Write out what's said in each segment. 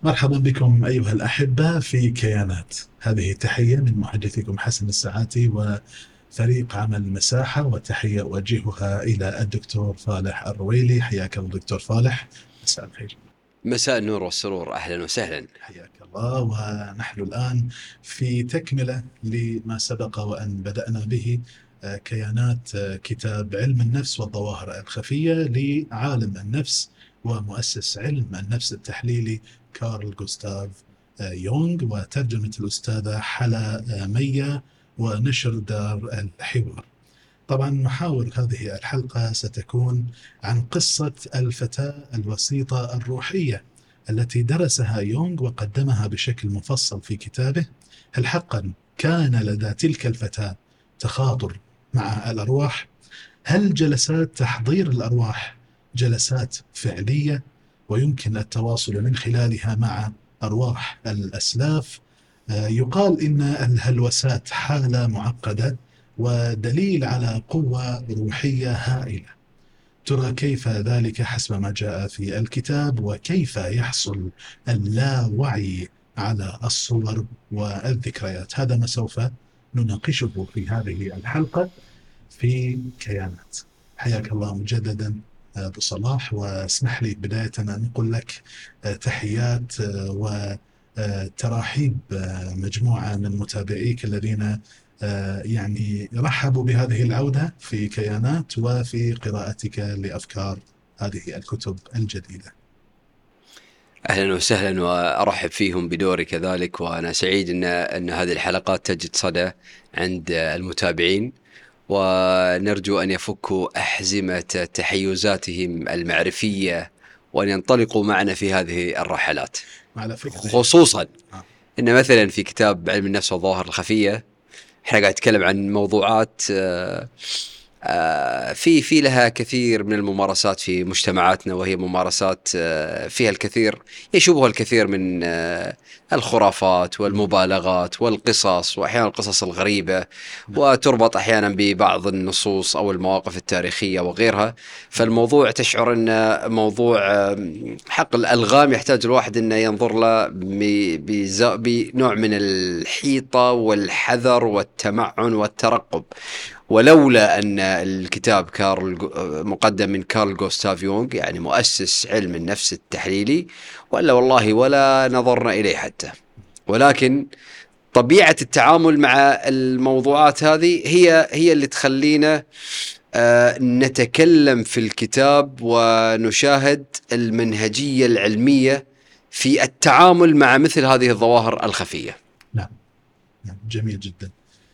مرحبا بكم أيها الأحبة في كيانات. هذه تحية من محدثكم حسن الساعاتي وفريق عمل مساحة، وتحية أوجهها إلى الدكتور فالح الرويلي. حياك الله دكتور فالح، مساء الخير. مساء النور والسرور، أهلا وسهلا. حياك الله. ونحن الآن في تكملة لما سبق وأن بدأنا به، كيانات كتاب علم النفس والظواهر الخفية لعالم النفس ومؤسس علم النفس التحليلي كارل غوستاف يونغ، وترجمة الأستاذة حلا مية، ونشر دار الحوار. طبعا محاور هذه الحلقة ستكون عن قصة الفتاة الوسيطة الروحية التي درسها يونغ وقدمها بشكل مفصل في كتابه. هل حقا كان لدى تلك الفتاة تخاطر مع الأرواح؟ هل جلسات تحضير الأرواح جلسات فعلية ويمكن التواصل من خلالها مع أرواح الأسلاف؟ يقال إن الهلوسات حالة معقدة ودليل على قوة روحية هائلة. ترى كيف ذلك حسب ما جاء في الكتاب، وكيف يحصل اللاوعي على الصور والذكريات؟ هذا ما سوف نناقشه في هذه الحلقة في كيانات. حياك الله مجددا أبو صلاح، واسمح لي بداية أن أقول لك تحيات وتراحيب مجموعة من متابعيك الذين يعني رحبوا بهذه العودة في كيانات وفي قراءتك لأفكار هذه الكتب الجديدة. أهلا وسهلا، وأرحب فيهم بدوري كذلك. وأنا سعيد أن هذه الحلقات تجد صدى عند المتابعين، ونرجو أن يفكوا أحزمة تحيزاتهم المعرفية وأن ينطلقوا معنا في هذه الرحلات. على فكرة خصوصا إن مثلا في كتاب علم النفس والظواهر الخفية احنا قاعد نتكلم عن موضوعات في لها كثير من الممارسات في مجتمعاتنا، وهي ممارسات فيها الكثير يشوبها الكثير من الخرافات والمبالغات والقصص، وأحيانا القصص الغريبة، وتربط أحيانا ببعض النصوص أو المواقف التاريخية وغيرها. فالموضوع تشعر أن موضوع حق الألغام يحتاج الواحد أنه ينظر له بنوع من الحيطة والحذر والتمعن والترقب. ولولا أن الكتاب مقدم من كارل غوستاف يونغ، يعني مؤسس علم النفس التحليلي، ولا نظرنا إليه حتى. ولكن طبيعة التعامل مع الموضوعات هذه هي اللي تخلينا نتكلم في الكتاب ونشاهد المنهجية العلمية في التعامل مع مثل هذه الظواهر الخفية. نعم، جميل جدا.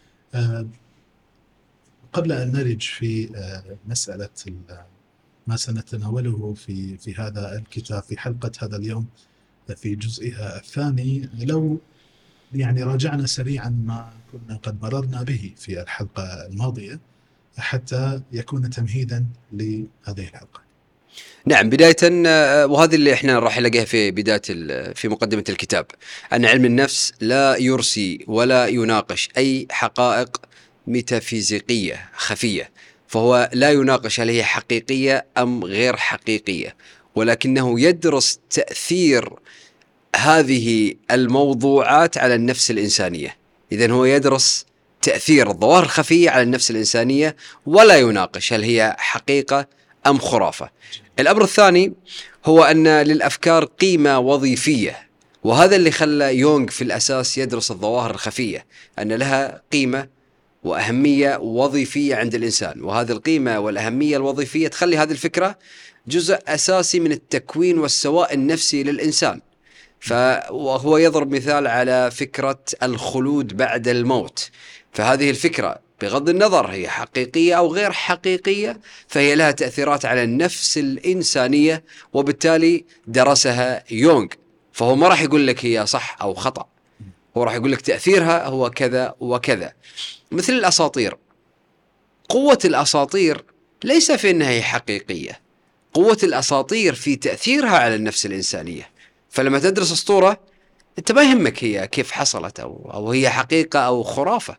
قبل أن نرج في مسألة ما سنتناوله في هذا الكتاب في حلقة هذا اليوم في جزئها الثاني، لو يعني راجعنا سريعا ما كنا قد مررنا به في الحلقة الماضية حتى يكون تمهيدا لهذه الحلقة. نعم، بداية وهذه اللي احنا راح نلاقيها في بداية في مقدمة الكتاب، أن علم النفس لا يرسي ولا يناقش أي حقائق ميتافيزيقية خفية، فهو لا يناقش هل هي حقيقية أم غير حقيقية، ولكنه يدرس تأثير هذه الموضوعات على النفس الإنسانية. إذن هو يدرس تأثير الظواهر الخفية على النفس الإنسانية، ولا يناقش هل هي حقيقة أم خرافة. الأمر الثاني هو أن للأفكار قيمة وظيفية، وهذا اللي خلى يونغ في الأساس يدرس الظواهر الخفية، أن لها قيمة وأهمية وظيفية عند الإنسان، وهذه القيمة والأهمية الوظيفية تخلي هذه الفكرة جزء أساسي من التكوين والسواء النفسي للإنسان. وهو يضرب مثال على فكرة الخلود بعد الموت، فهذه الفكرة بغض النظر هي حقيقية أو غير حقيقية فهي لها تأثيرات على النفس الإنسانية، وبالتالي درسها يونغ. فهو ما راح يقول لك هي صح أو خطأ، هو راح يقول لك تأثيرها هو كذا وكذا. مثل الأساطير، قوة الأساطير ليس في أنها هي حقيقية، قوة الأساطير في تأثيرها على النفس الإنسانية. فلما تدرس أسطورة أنت ما يهمك هي كيف حصلت أو هي حقيقة أو خرافة،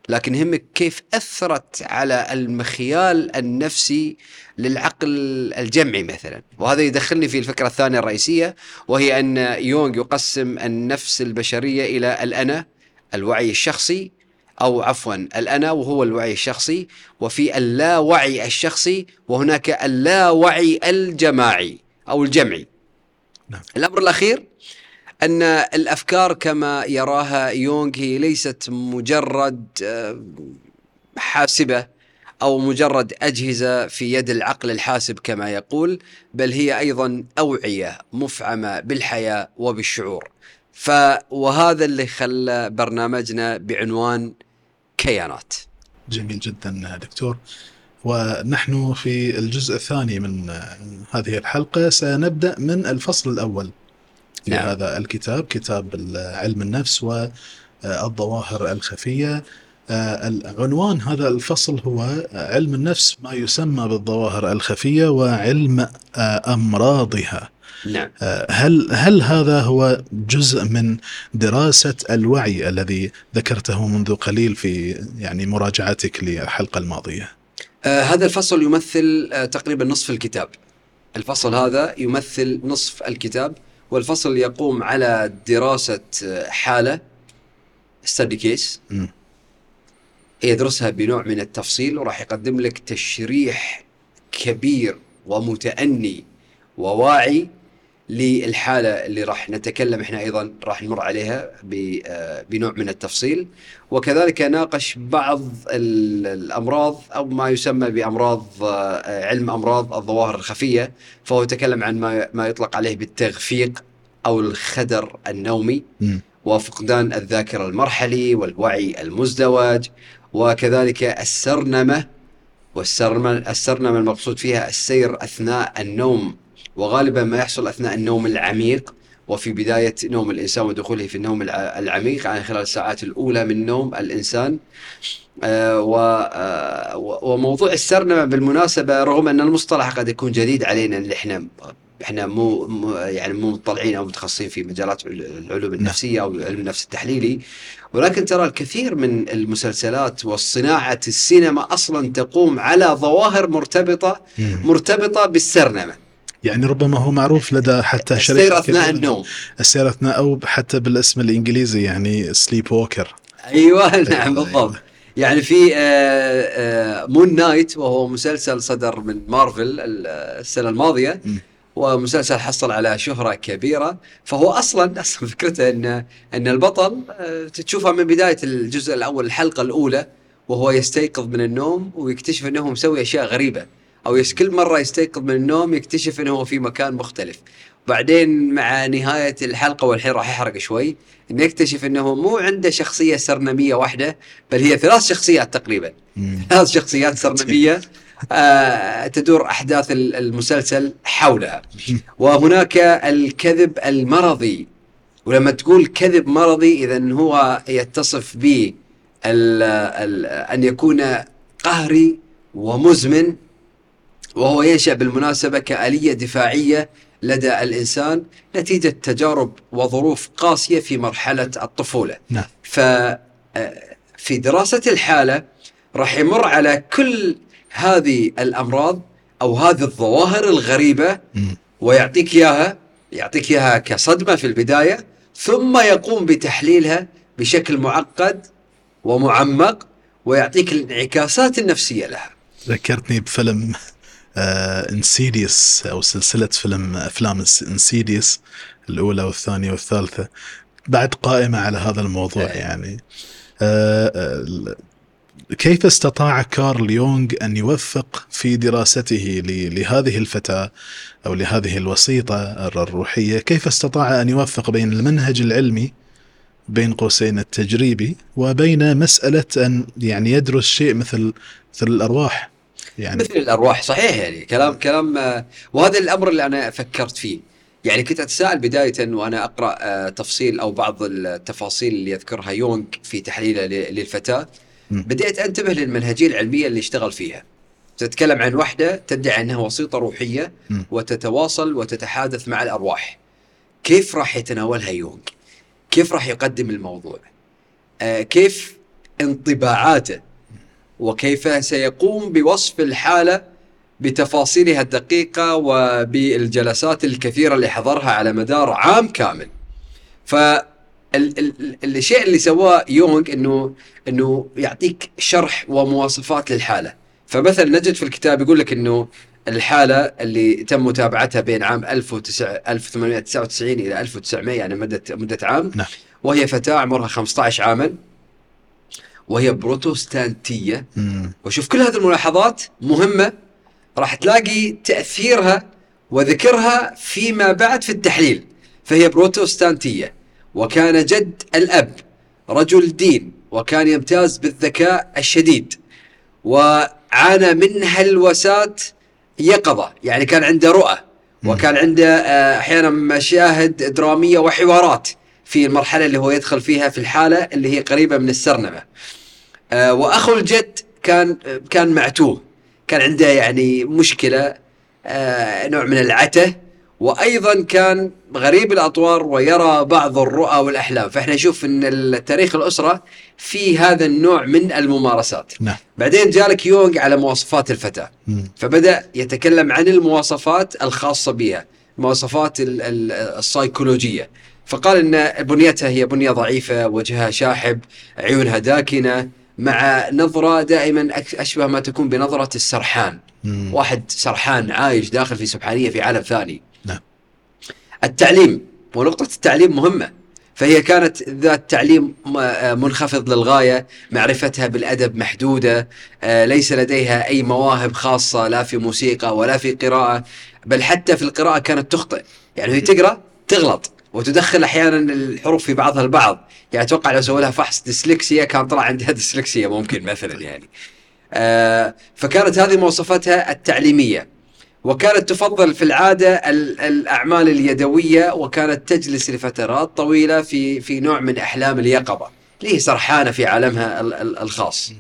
لكن يهمك كيف أثرت على المخيال النفسي للعقل الجمعي مثلا. وهذا يدخلني في الفكرة الثانية الرئيسية، وهي أن يونغ يقسم النفس البشرية إلى الأنا، الوعي الشخصي، أو عفوا الأنا وهو الوعي الشخصي، وفي اللاوعي الشخصي، وهناك اللاوعي الجماعي أو الجمعي. نعم. الأمر الأخير أن الأفكار كما يراها يونغ هي ليست مجرد حاسبة أو مجرد أجهزة في يد العقل الحاسب كما يقول، بل هي أيضا أوعية مفعمة بالحياة وبالشعور. وهذا اللي خلى برنامجنا بعنوان كيانات. جميل جدا دكتور. ونحن في الجزء الثاني من هذه الحلقة سنبدأ من الفصل الأول في نعم. هذا الكتاب، كتاب علم النفس والظواهر الخفية. عنوان هذا الفصل هو علم النفس، ما يسمى بالظواهر الخفية وعلم أمراضها. نعم. هل هذا هو جزء من دراسة الوعي الذي ذكرته منذ قليل في يعني مراجعتك للحلقة الماضية؟ هذا الفصل يمثل تقريبا نصف الكتاب. الفصل هذا يمثل نصف الكتاب، والفصل يقوم على دراسة حالة study case يدرسها بنوع من التفصيل، وراح يقدم لك تشريح كبير ومتأني وواعي للحالة اللي راح نتكلم احنا أيضا راح نمر عليها بنوع من التفصيل. وكذلك ناقش بعض الأمراض أو ما يسمى بأمراض علم أمراض الظواهر الخفية، فهو يتكلم عن ما يطلق عليه بالتغفيق أو الخدر النومي وفقدان الذاكرة المرحلي والوعي المزدوج، وكذلك السرنمة. والسرنمة المقصود فيها السير أثناء النوم، وغالبا ما يحصل أثناء النوم العميق وفي بداية نوم الإنسان ودخوله في النوم العميق، يعني خلال الساعات الأولى من نوم الإنسان. وموضوع السرنمة بالمناسبة، رغم أن المصطلح قد يكون جديد علينا، اللي احنا مو مطلعين او متخصصين في مجالات العلوم النفسيه او علم النفس التحليلي، ولكن ترى الكثير من المسلسلات والصناعه السينما اصلا تقوم على ظواهر مرتبطه بالسرنمه. يعني ربما هو معروف لدى حتى السير اثناء النوم، السير اثناء، او حتى بالاسم الانجليزي يعني سليب ووكر. ايوه نعم بالضبط. يعني في مون نايت، وهو مسلسل صدر من مارفل السنه الماضيه، ومسلسل حصل على شهرة كبيرة. فهو أصلا فكرته أن البطل تشوفها من بداية الجزء الأول الحلقة الأولى وهو يستيقظ من النوم ويكتشف أنه مسوي أشياء غريبة، أو كل مرة يستيقظ من النوم يكتشف أنه في مكان مختلف. بعدين مع نهاية الحلقة، والحين راح يحرق شوي، أنه يكتشف أنه مو عنده شخصية سرنمية واحدة، بل هي 3 شخصيات تقريبا، 3 شخصيات سرنمية تدور أحداث المسلسل حولها. وهناك الكذب المرضي، ولما تقول كذب مرضي إذن هو يتصف ب أن يكون قهري ومزمن، وهو ينشأ بالمناسبة كآلية دفاعية لدى الإنسان نتيجة تجارب وظروف قاسية في مرحلة الطفولة. نعم. ففي دراسة الحالة راح يمر على كل هذه الأمراض أو هذه الظواهر الغريبة ويعطيك إياها كصدمة في البداية، ثم يقوم بتحليلها بشكل معقد ومعمق ويعطيك الانعكاسات النفسية لها. ذكرتني بفيلم انسيديوس، أو سلسلة أفلام انسيديوس الأولى والثانية والثالثة، بعد قائمة على هذا الموضوع. يعني كيف استطاع كارل يونغ أن يوفق في دراسته لهذه الفتاة أو لهذه الوسيطة الروحية، كيف استطاع أن يوفق بين المنهج العلمي بين قوسين التجريبي وبين مسألة أن يعني يدرس شيء مثل الأرواح؟ يعني مثل الأرواح، صحيح. يعني كلام وهذا الأمر اللي أنا فكرت فيه. يعني كنت أتساءل بداية وأنا أقرأ تفصيل أو بعض التفاصيل اللي يذكرها يونغ في تحليله للفتاة، بدأت أنتبه للمنهجية العلمية اللي اشتغل فيها. تتكلم عن وحدة تدعي أنها وسيطة روحية وتتواصل وتتحادث مع الأرواح. كيف راح يتناولها يونغ؟ كيف راح يقدم الموضوع؟ كيف انطباعاته وكيف سيقوم بوصف الحالة بتفاصيلها الدقيقة وبالجلسات الكثيرة اللي حضرها على مدار عام كامل. فالشيء اللي سواه يونغ انه يعطيك شرح ومواصفات للحالة. فمثلا نجد في الكتاب يقول لك انه الحالة اللي تم متابعتها بين عام 1899 إلى 1900 يعني مدة عام، نعم. وهي فتاة عمرها 15 عاما وهي بروتستانتية. وشوف كل هذه الملاحظات مهمة راح تلاقي تأثيرها وذكرها فيما بعد في التحليل. فهي بروتستانتية، وكان جد الأب رجل دين، وكان يمتاز بالذكاء الشديد، وعانى من هلوسات يقظة، يعني كان عنده رؤى، وكان عنده أحيانا مشاهد درامية وحوارات في المرحلة اللي هو يدخل فيها في الحالة اللي هي قريبة من السرنمة. وأخو الجد كان معتوه، كان عنده يعني مشكلة، نوع من العته، وأيضا كان غريب الأطوار ويرى بعض الرؤى والأحلام. فإحنا نشوف أن التاريخ الأسرة في هذا النوع من الممارسات. نعم. بعدين جالك يونغ على مواصفات الفتاة، فبدأ يتكلم عن المواصفات الخاصة بها، المواصفات السيكولوجية. فقال أن بنيتها هي بنية ضعيفة، وجهها شاحب، عيونها داكنة، مع نظرة دائما أشبه ما تكون بنظرة السرحان. واحد سرحان عايش داخل في سبحانية في عالم ثاني. نعم. التعليم، ونقطة التعليم مهمة، فهي كانت ذات تعليم منخفض للغاية، معرفتها بالأدب محدودة، ليس لديها أي مواهب خاصة لا في موسيقى ولا في قراءة، بل حتى في القراءة كانت تخطئ، يعني هي تقرأ تغلط وتدخل أحيانا الحروف في بعضها البعض. يعني أتوقع لو سووا لها فحص ديسلكسيا كان طلع عندها ديسلكسيا ممكن مثلا يعني. فكانت هذه مواصفاتها التعليمية. وكانت تفضل في العادة الأعمال اليدوية، وكانت تجلس لفترات طويلة في نوع من أحلام اليقظة، اللي هي سرحانة في عالمها الخاص.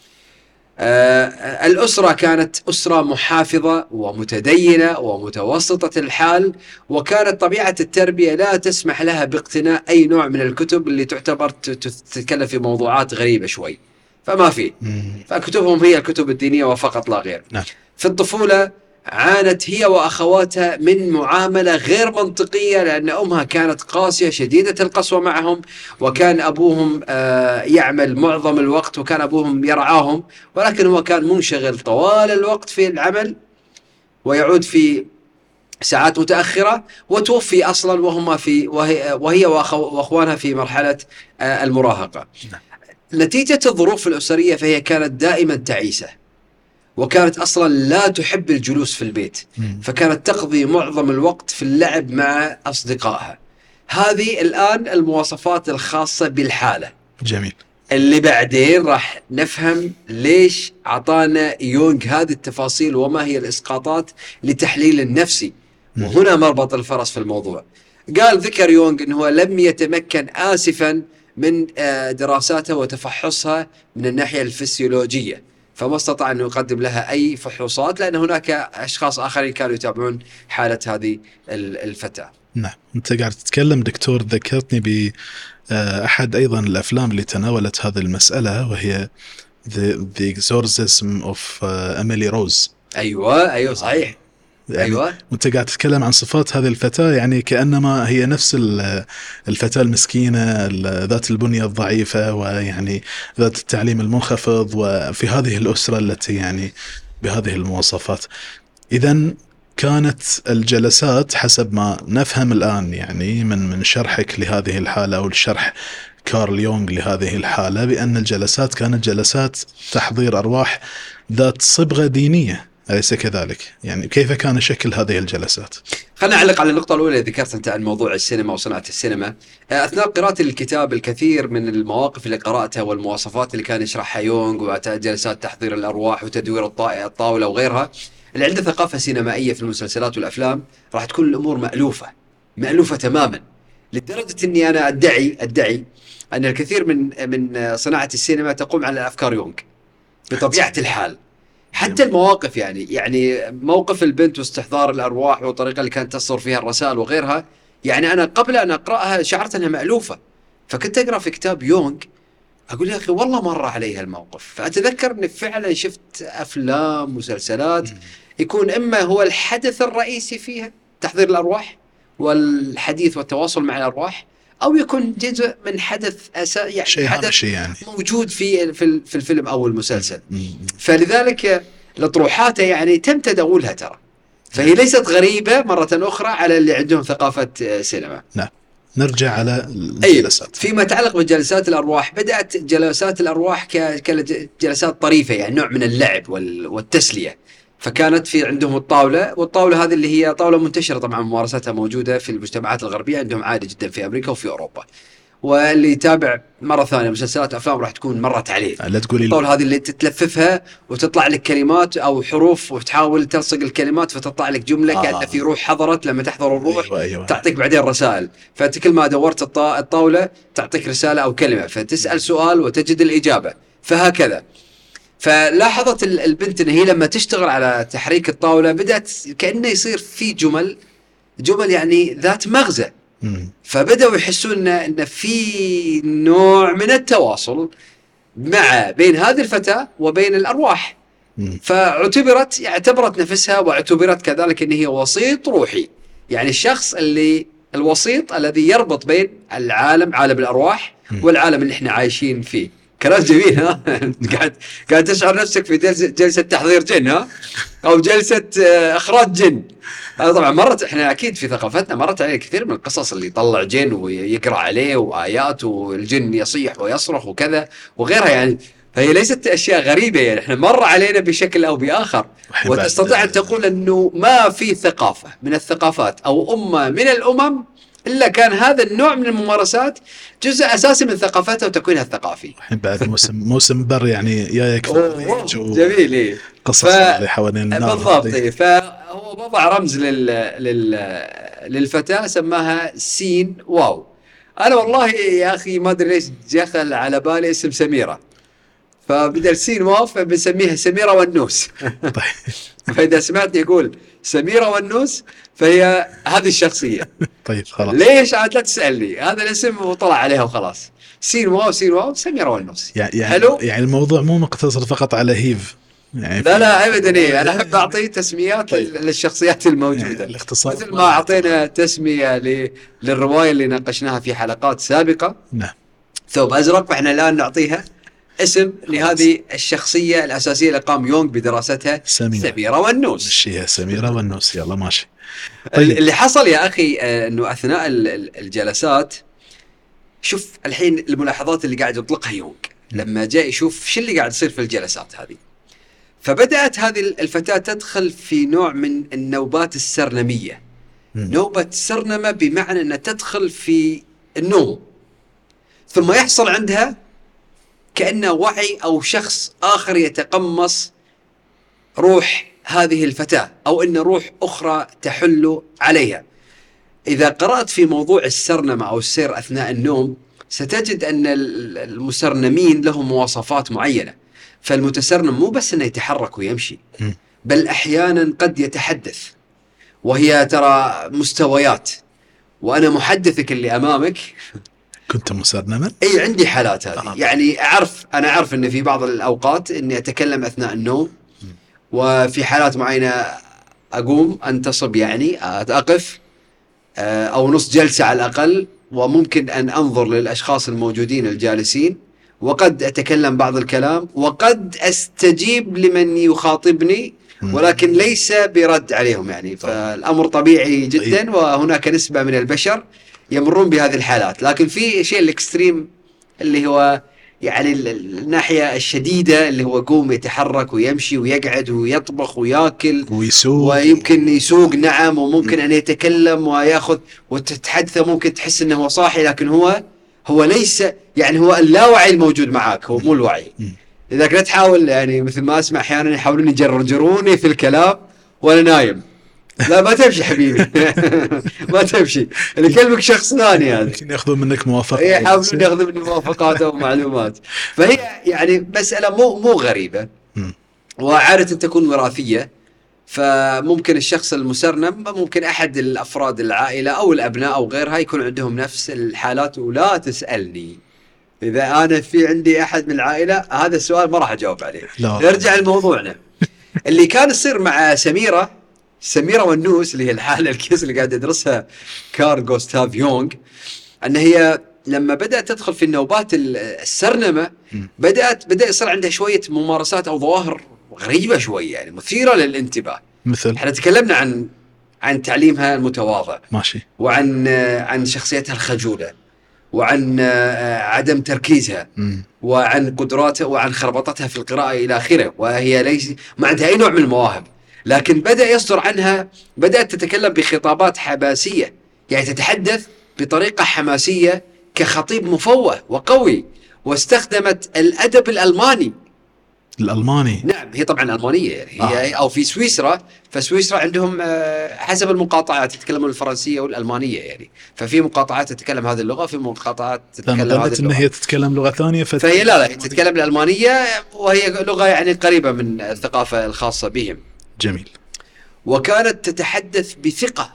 الأسرة كانت أسرة محافظة ومتدينة ومتوسطة الحال، وكانت طبيعة التربية لا تسمح لها باقتناء أي نوع من الكتب اللي تعتبر تتكلم في موضوعات غريبة شوي، فما في. فكتبهم هي الكتب الدينية وفقط لا غير. نعم. في الطفولة عانت هي وأخواتها من معاملة غير منطقية، لأن أمها كانت قاسية شديدة القسوة معهم، وكان أبوهم يعمل معظم الوقت، وكان أبوهم يرعاهم، ولكن هو كان منشغل طوال الوقت في العمل، ويعود في ساعات متأخرة، وتوفي أصلا وهي وأخوانها في مرحلة المراهقة. نتيجة الظروف الأسرية فهي كانت دائما تعيسة، وكانت أصلا لا تحب الجلوس في البيت، فكانت تقضي معظم الوقت في اللعب مع أصدقائها. هذه الآن المواصفات الخاصة بالحالة. جميل. اللي بعدين راح نفهم ليش عطانا يونغ هذه التفاصيل وما هي الإسقاطات لتحليل النفسي. وهنا مربط الفرس في الموضوع. ذكر يونغ أنه لم يتمكن آسفا من دراساتها وتفحصها من الناحية الفسيولوجية، فما استطاع أن يقدم لها أي فحوصات، لأن هناك أشخاص آخرين كانوا يتابعون حالة هذه الفتاة. نعم. أنت قاعد تتكلم دكتور، ذكرتني بأحد أيضا الأفلام اللي تناولت هذه المسألة، وهي The Exorcism of Emily Rose. أيوة صحيح. يعني أيوة. وانت قاعد تتكلم عن صفات هذه الفتاة، يعني كأنما هي نفس الفتاة المسكينة ذات البنية الضعيفة، ويعني ذات التعليم المنخفض، وفي هذه الأسرة التي يعني بهذه المواصفات. إذن كانت الجلسات حسب ما نفهم الآن، يعني من شرحك لهذه الحالة أو الشرح كارل يونغ لهذه الحالة، بأن الجلسات كانت جلسات تحضير أرواح ذات صبغة دينية، أليس كذلك؟ يعني كيف كان شكل هذه الجلسات؟ خلنا نعلق على النقطة الأولى اللي ذكرت أنت عن موضوع السينما وصناعة السينما. أثناء قراءة الكتاب الكثير من المواقف اللي قرأتها والمواصفات اللي كان يشرحها يونغ وجلسات تحضير الأرواح وتدوير الطاولة وغيرها، اللي عنده ثقافة سينمائية في المسلسلات والأفلام راح تكون الأمور مألوفة تماما، لدرجة أني أنا أدعي أن الكثير من صناعة السينما تقوم على أفكار يونغ بطبيعة الحال. حتى المواقف، يعني موقف البنت واستحضار الأرواح والطريقة اللي كانت تصدر فيها الرسائل وغيرها، يعني أنا قبل أن أقرأها شعرت أنها مألوفة. فكنت أقرأ في كتاب يونغ اقول يا اخي والله مر علي هالموقف. فاتذكر اني فعلا شفت افلام مسلسلات يكون اما هو الحدث الرئيسي فيها تحضير الارواح والحديث والتواصل مع الارواح، او يكون جزء من حدث يعني شيء حدث يعني موجود في الفيلم او المسلسل. فلذلك الاطروحات يعني تم تداولها ترى، فهي ليست غريبه مره اخرى على اللي عندهم ثقافه سينما. نعم. نرجع على الجلسات. فيما يتعلق بجلسات الأرواح، بدأت جلسات الأرواح كجلسات طريفة، يعني نوع من اللعب والتسلية. فكانت في عندهم الطاولة، والطاولة هذه اللي هي طاولة منتشرة طبعا ممارستها موجودة في المجتمعات الغربية، عندهم عادي جدا في أمريكا وفي أوروبا. واللي يتابع مرة ثانية مسلسلات أفلام راح تكون مرت عليه. لا تقولي الطاولة هذه اللي تتلففها وتطلع لك كلمات أو حروف وتحاول تلصق الكلمات فتطلع لك جملة كأن في روح حضرت. لما تحضر الروح أيوة. تعطيك بعدين رسائل، فأنت كل ما دورت الطاولة تعطيك رسالة أو كلمة، فتسأل سؤال وتجد الإجابة، فهكذا. فلاحظت البنت إن هي لما تشتغل على تحريك الطاولة بدأت كأنه يصير في جمل يعني ذات مغزى. فبدأوا يحسون إن في نوع من التواصل بين هذه الفتاة وبين الأرواح. اعتبرت نفسها واعتبرت كذلك إن هي وسيط روحي، يعني الشخص الوسيط الذي يربط بين عالم الأرواح والعالم اللي احنا عايشين فيه. كلام جميل ها. قاعد تشعر نفسك في جلسة تحضير جن، ها، أو جلسة إخراج جن. هذا طبعا احنا اكيد في ثقافتنا مرت عليه كثير من القصص اللي يطلع جن ويقرأ عليه وايات والجن يصيح ويصرخ وكذا وغيرها، يعني فهي ليست اشياء غريبه، يعني احنا مر علينا بشكل او باخر. وتستطيع ان تقول انه ما في ثقافه من الثقافات او امه من الامم الا كان هذا النوع من الممارسات جزء اساسي من ثقافتها وتكوينها الثقافي. الحين بعد موسم بر يعني يا يكفي جميل. إيه؟ قصص اللي حوالين النار بالضبط. فهو وضع رمز للفتاة سماها سين واو. أنا والله يا أخي ما أدري ليش دخل على بالي اسم سميرة، فبدل سين واو فبنسميها سميرة والنوس. فإذا سمعت يقول سميرة والنوس فهي هذه الشخصية. طيب خلاص، ليش عاد لا تسألني، هذا الاسم وطلع عليها وخلاص. سين واو سميرة والنوس. حلو. يعني الموضوع مو مقتصر فقط على هيف يعني. لا ابدا. إيه انا احب اعطي تسميات للشخصيات الموجوده، يعني مثل ما اعطينا تسميه للروايه اللي ناقشناها في حلقات سابقه. نعم. ثوب ازرق، فاحنا الان نعطيها اسم لهذه الشخصيه الاساسيه اللي قام يونغ بدراستها، سميرة والنوس. مشيها سميرة والنوس، يلا ماشي. طيب. اللي حصل يا اخي انه اثناء الجلسات، شوف الحين الملاحظات اللي قاعد يطلقها يونغ لما جاء يشوف شو اللي قاعد يصير في الجلسات هذه. فبدأت هذه الفتاة تدخل في نوع من النوبات السرنمية. نوبة سرنمة بمعنى أنها تدخل في النوم، ثم يحصل عندها كأنه وعي أو شخص آخر يتقمص روح هذه الفتاة، أو أن روح أخرى تحل عليها. إذا قرأت في موضوع السرنمة أو السير أثناء النوم ستجد أن المسرنمين لهم مواصفات معينة. فالمتسرنم مو بس أنه يتحرك ويمشي، بل أحيانا قد يتحدث، وهي ترى مستويات. وأنا محدثك اللي أمامك كنت مسرنما؟ أي عندي حالات هذه. يعني أنا أعرف أن في بعض الأوقات أني أتكلم أثناء النوم، وفي حالات معينة أقوم أنتصب، يعني أقف أو نص جلسة على الأقل، وممكن أن أنظر للأشخاص الموجودين الجالسين، وقد أتكلم بعض الكلام، وقد أستجيب لمن يخاطبني، ولكن ليس برد عليهم يعني. فالأمر طبيعي جدا، وهناك نسبة من البشر يمرون بهذه الحالات. لكن في شيء الإكستريم اللي هو يعني الناحية الشديدة، اللي هو قوم يتحرك ويمشي ويقعد ويطبخ ويأكل ويسوق، ويمكن يسوق، نعم، وممكن أن يتكلم ويأخذ وتتحدثه، ممكن تحس أنه هو صاحي لكن هو ليس، يعني هو اللاوعي الموجود معك، هو مو الوعي. لذلك لا تحاول، يعني مثل ما أسمع أحيانا يحاولون يجرجروني في الكلام وأنا نايم. لا ما تمشي حبيبي. ما تمشي، اللي كلمك شخص ثاني هذا. يمكن ياخذون منك موافقات، يحاولون ياخذون مني موافقات أو معلومات. فهي يعني مسألة مو غريبة، وعادة تكون وراثية. فممكن الشخص المسرنم ممكن أحد الأفراد العائلة أو الأبناء أو غيرها يكون عندهم نفس الحالات، ولا تسألني اذا انا في عندي احد من العائله، هذا السؤال ما راح اجاوب عليه. لا. نرجع لموضوعنا. اللي كان يصير مع سميرة والنوس، اللي هي الحالة الكيس اللي قاعد يدرسها كارل غوستاف يونغ، أن هي لما بدأت تدخل في النوبات السرنمة بدأ يصير عندها شوية ممارسات أو ظواهر غريبة شوية، يعني مثيرة للانتباه. مثل احنا تكلمنا عن تعليمها المتواضع، ماشي، وعن شخصيتها الخجولة، وعن عدم تركيزها، وعن قدراتها، وعن خربطتها في القراءة إلى آخره، وهي ليس ما عندها أي نوع من المواهب. لكن بدأ يصدر عنها، بدأت تتكلم بخطابات حماسية، يعني تتحدث بطريقة حماسية كخطيب مفوه وقوي، واستخدمت الأدب الألماني. نعم، هي طبعا ألمانية، يعني هي أو في سويسرا، فسويسرا عندهم حسب المقاطعات يتكلمون الفرنسية والألمانية، يعني ففي مقاطعات تتكلم هذه اللغة، في مقاطعات تتكلم هذه اللغة. إن هي تتكلم لغة ثانية، فهي لا تتكلم الألمانية، وهي لغة يعني قريبة من الثقافة الخاصة بهم. جميل. وكانت تتحدث بثقة.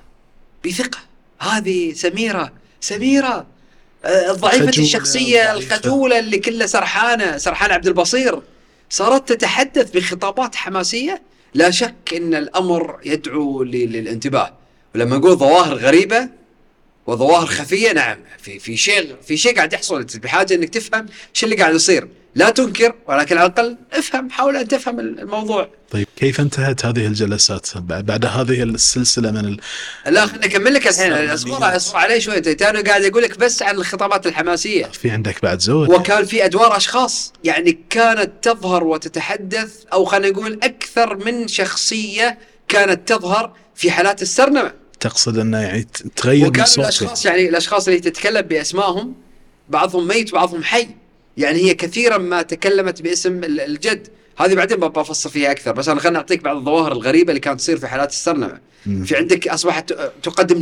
هذه سميرة ضعيفة الشخصية الخجولة اللي كلها سرحانة عبد البصير، صارت تتحدث بخطابات حماسية. لا شك أن الأمر يدعو للانتباه. ولما نقول ظواهر غريبة وظواهر خفية، نعم، في شيء قاعد يحصل، بحاجة أنك تفهم شو اللي قاعد يصير، لا تنكر، ولكن على الأقل افهم، حاول أن تفهم الموضوع. طيب كيف انتهت هذه الجلسات بعد هذه السلسلة من لا، خليني أكمل لك الحين. أصبر علي شوي، أنا قاعد أقول لك بس عن الخطابات الحماسية. في عندك بعد زود، وكان في أدوار أشخاص، يعني كانت تظهر وتتحدث، أو خلينا نقول أكثر من شخصية كانت تظهر في حالات السرنمة. تقصد أنه يعني تغير من صوته؟ الأشخاص، يعني الأشخاص اللي تتكلم بأسمائهم، بعضهم ميت بعضهم حي. يعني هي كثيرا ما تكلمت باسم الجد. هذه بعدين بفصل فيها أكثر، بس أنا خلنا أعطيك بعض الظواهر الغريبة اللي كانت تصير في حالات السرنمة. في عندك أصبحت تقدم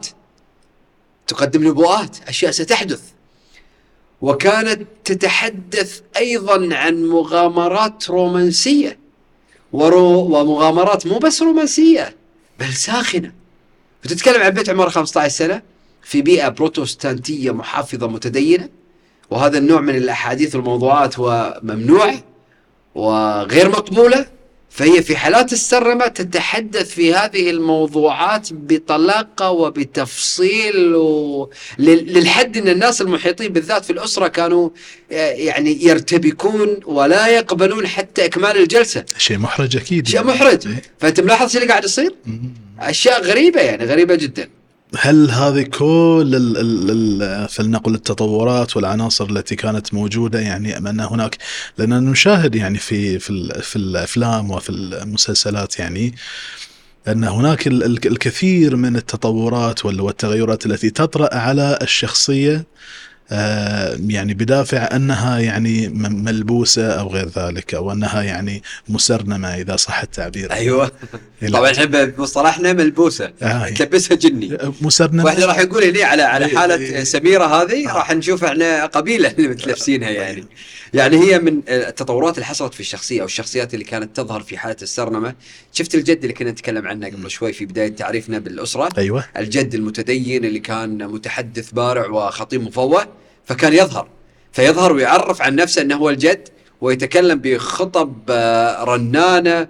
نبوءات أشياء ستحدث. وكانت تتحدث أيضا عن مغامرات رومانسية، ومغامرات مو بس رومانسية بل ساخنة. وتتكلم عن بيت عمره 15 سنة في بيئة بروتستانتية محافظة متدينة، وهذا النوع من الأحاديث والموضوعات هو ممنوع وغير مقبولة. فهي في حالات السرنمة تتحدث في هذه الموضوعات بطلاقة وبتفصيل، للحد أن الناس المحيطين بالذات في الأسرة كانوا يعني يرتبكون ولا يقبلون حتى إكمال الجلسة. شيء محرج أكيد، شيء محرج. فأنت ملاحظ شيء اللي قاعد يصير، أشياء غريبة، يعني غريبة جدا. هل هذه كل فلنقل التطورات والعناصر التي كانت موجودة، يعني أن هناك، لأننا نشاهد يعني في الأفلام وفي المسلسلات، يعني أن هناك الكثير من التطورات والتغيرات التي تطرأ على الشخصية، يعني بدافع أنها يعني ملبوسة أو غير ذلك، أو أنها يعني مسرنمة إذا صح التعبير. أيوة طبعا نحب بمصطلحنا ملبوسة، تلبسها جني مسرنمة. واحنا راح نقول هنا على حالة سميرة هذه، راح نشوف احنا قبيلة اللي متلبسينها. يعني هي من التطورات اللي حصلت في الشخصية أو الشخصيات اللي كانت تظهر في حالة السرنمة. شفت الجد اللي كنا نتكلم عنه قبل شوي في بداية تعريفنا بالأسرة؟ أيوة. الجد المتدين اللي كان متحدث بارع وخطيب مفوه، فكان فيظهر ويعرف عن نفسه أنه هو الجد، ويتكلم بخطب رنانة،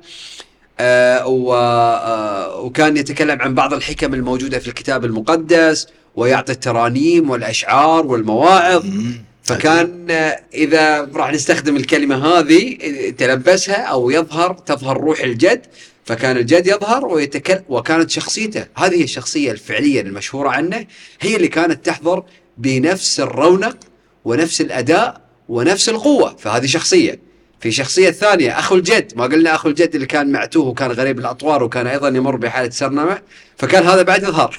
وكان يتكلم عن بعض الحكم الموجودة في الكتاب المقدس، ويعطي الترانيم والأشعار والمواعظ. فكان إذا راح نستخدم الكلمة هذه تلبسها أو تظهر روح الجد، فكان الجد يظهر ويتكلم. وكانت شخصيته، هذه الشخصية الفعلية المشهورة عنه، هي اللي كانت تحضر بنفس الرونق ونفس الأداء ونفس القوة. فهذه شخصية. في شخصية ثانية أخو الجد، ما قلنا أخو الجد اللي كان معتوه وكان غريب الأطوار وكان أيضا يمر بحالة سرنمة، فكان هذا بعد يظهر.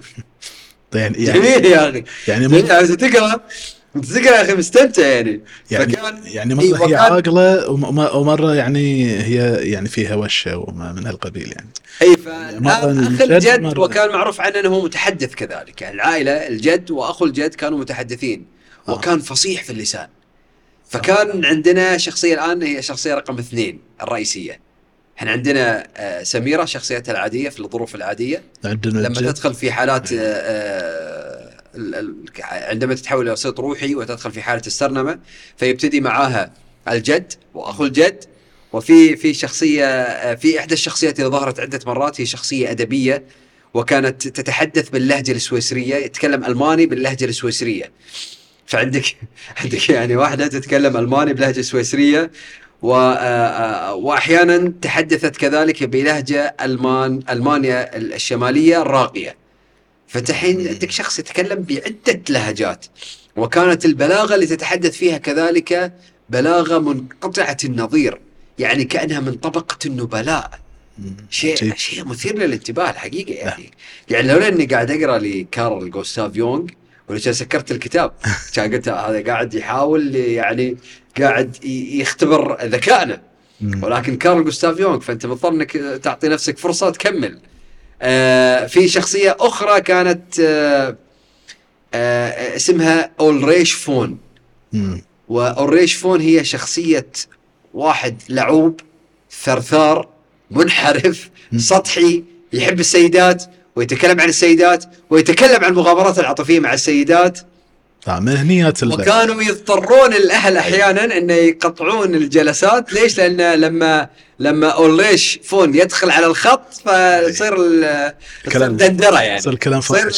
جميل يا أخي، يعني تقرأ يا أخي مستمتع يعني مرة هي عاقلة ومرة يعني هي يعني فيها وشة وما من هالقبيل يعني. أي أخ الجد وكان معروف عنه أنه متحدث كذلك، يعني العائلة الجد وأخو الجد كانوا متحدثين، وكان فصيح في اللسان. فكان عندنا شخصية الآن هي شخصية رقم 2 الرئيسية. احنا عندنا سميرة شخصيتها العادية في الظروف العادية، لما تدخل في حالات عندما تتحول إلى وسيط روحي وتدخل في حالة السرنمة، فيبتدي معاها الجد وأخو الجد. وفي شخصية، في إحدى الشخصيات اللي ظهرت عدة مرات هي شخصية أدبية، وكانت تتحدث باللهجة السويسرية، يتكلم ألماني باللهجة السويسرية. فعندك يعني واحدة تتكلم ألماني بلهجة سويسرية، وأحيانا تحدثت كذلك بلهجة ألمانيا الشمالية الراقية. فتحين عندك شخص يتكلم بعدة لهجات، وكانت البلاغة اللي تتحدث فيها كذلك بلاغة منقطعة النظير، يعني كأنها من طبقة النبلاء. شيء مثير للانتباه الحقيقة. يعني لولا اني قاعد اقرا لكارل غوستاف يونغ ولكن سكرت الكتاب، كان قلت هذا قاعد يحاول، يعني قاعد يختبر ذكائنا. ولكن كارل غوستاف يونغ، فانت مضطر انك تعطي نفسك فرصة تكمل. في شخصية اخرى كانت اسمها أولريش فون. وأولريش فون هي شخصية واحد لعوب ثرثار منحرف سطحي، يحب السيدات ويتكلم عن السيدات ويتكلم عن المغامرات العاطفية مع السيدات. مهنيات وكانوا يضطرون الأهل أحيانا أن يقطعون الجلسات. ليش؟ لأن لما أولريش فون يدخل على الخط فيصير دندرة، يعني يصير الكلام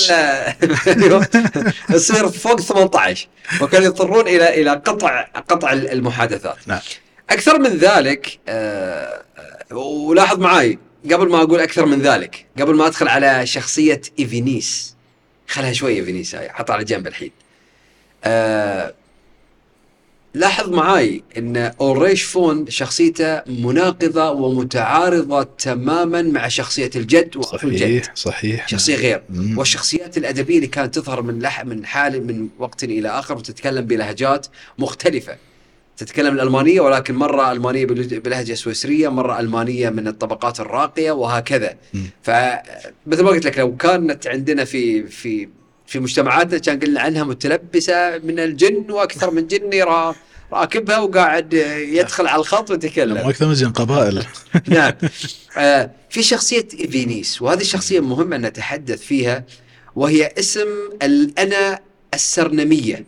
يصير فوق 18، وكانوا يضطرون إلى قطع المحادثات. أكثر من ذلك، ولاحظ معاي قبل ما أقول أكثر من ذلك، قبل ما أدخل على شخصية إيفينيس، خلها شوية إيفينيس هاي حطها على جنب الحين. لاحظ معاي أن أولريش فون شخصيته مناقضة ومتعارضة تماما مع شخصية الجد وأخو الجد. صحيح. شخصية غير. والشخصيات الأدبية اللي كانت تظهر من وقت إلى آخر وتتكلم بلهجات مختلفة، تتكلم الألمانية ولكن مرة ألمانية بلهجة سويسرية، مرة ألمانية من الطبقات الراقية، وهكذا. فمثل ما قلت لك، لو كانت عندنا في مجتمعاتنا كان قلنا عنها متلبسة من الجن، وأكثر من جن راكبها وقاعد يدخل على الخط ويتكلم. أكثر من جن قبائل. نعم. في شخصية إيفينيس، وهذه الشخصية مهمة أن نتحدث فيها، وهي اسم الأنا السرنمية.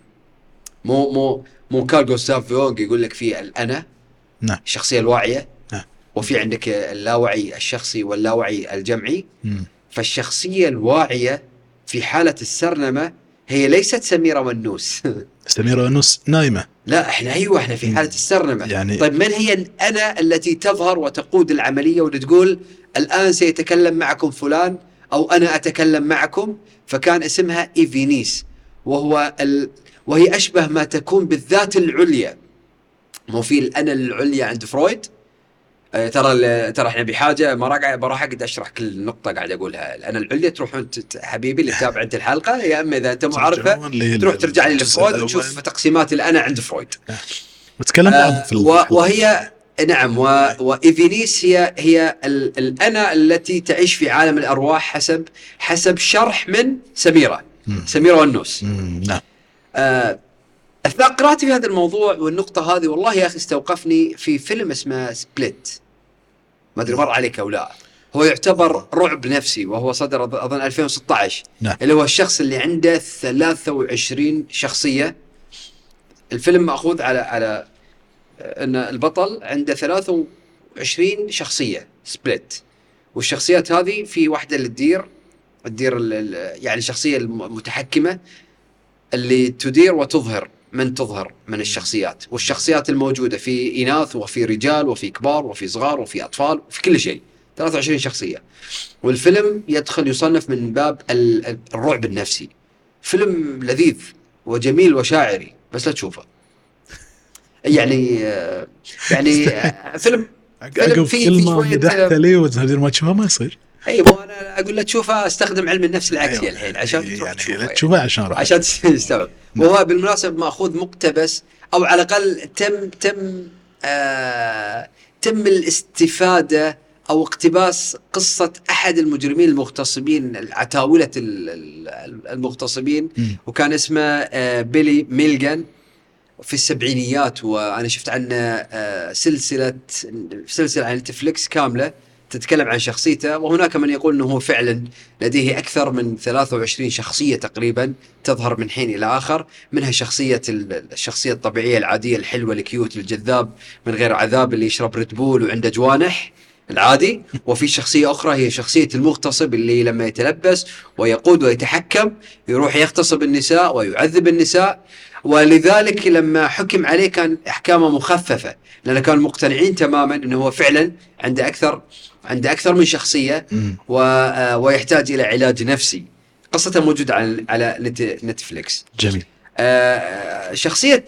مو كارل غوستاف يونغ يقول لك في الأنا، نعم، الشخصية الواعية، وفي عندك اللاوعي الشخصي واللاوعي الجمعي. فالشخصية الواعية في حالة السرنمة هي ليست سميرة ونوس. سميرة ونوس نايمة. لا، احنا في حالة السرنمة. يعني طيب من هي الأنا التي تظهر وتقود العملية وتقول الآن سيتكلم معكم فلان، أو أنا أتكلم معكم؟ فكان اسمها إيفينيس، وهي أشبه ما تكون بالذات العليا. مو في الأنا العليا عند فرويد؟ ترى احنا بحاجة براح قد أشرح كل نقطة قاعد أقولها. الأنا العليا تروحون حبيبي اللي تتابع عند الحلقة، يا أما إذا أنت مو عارفة تروح ترجع لي لفرويد وتشوف تقسيمات الأنا عند فرويد. نتكلم وهي نعم. وإيفينيس هي الأنا التي تعيش في عالم الأرواح حسب شرح من سميرة والنوس. نعم. أثناء قراءتي في هذا الموضوع والنقطة هذه، والله يا أخي استوقفني في فيلم اسمه سبليت، ما أدري مر عليك أو لا. هو يعتبر رعب نفسي، وهو صدر أظن 2016. نعم. اللي هو الشخص اللي عنده 23 شخصية. الفيلم مأخوذ على أن البطل عنده 23 شخصية سبليت، والشخصيات هذه في واحدة اللي تدير يعني الشخصية المتحكمة اللي تدير وتظهر من الشخصيات. والشخصيات الموجودة في إناث وفي رجال وفي كبار وفي صغار وفي أطفال وفي كل شيء، 23 شخصية. والفيلم يصنف من باب الرعب النفسي. فيلم لذيذ وجميل وشاعري، بس لا تشوفه. يعني فيلم في مدحت لي وتهدير ما تشوفه ما يصير. ايوه، انا اقول له تشوفه، استخدم علم النفس العكسي الحين عشان تروح تشوفه، عشان تستوعب. وهو بالمناسبة مأخوذ مقتبس، او على الاقل تم الاستفادة او اقتباس قصة احد المجرمين المغتصبين، العتاولة المغتصبين، وكان اسمه بيلي ميلغان في السبعينيات. وانا شفت عنه سلسلة على نتفليكس كاملة تتكلم عن شخصيته، وهناك من يقول أنه هو فعلا لديه أكثر من 23 شخصية تقريبا تظهر من حين إلى آخر، منها الشخصية الطبيعية العادية الحلوة الكيوت الجذاب من غير عذاب اللي يشرب ريد بول وعنده جوانح العادي، وفي شخصية أخرى هي شخصية المغتصب اللي لما يتلبس ويقود ويتحكم يروح يغتصب النساء ويعذب النساء، ولذلك لما حكم عليه كان أحكامه مخففة، لأن كانوا مقتنعين تماما أنه هو فعلا عنده أكثر من شخصية ويحتاج إلى علاج نفسي. قصته موجودة على نتفليكس. جميل. شخصية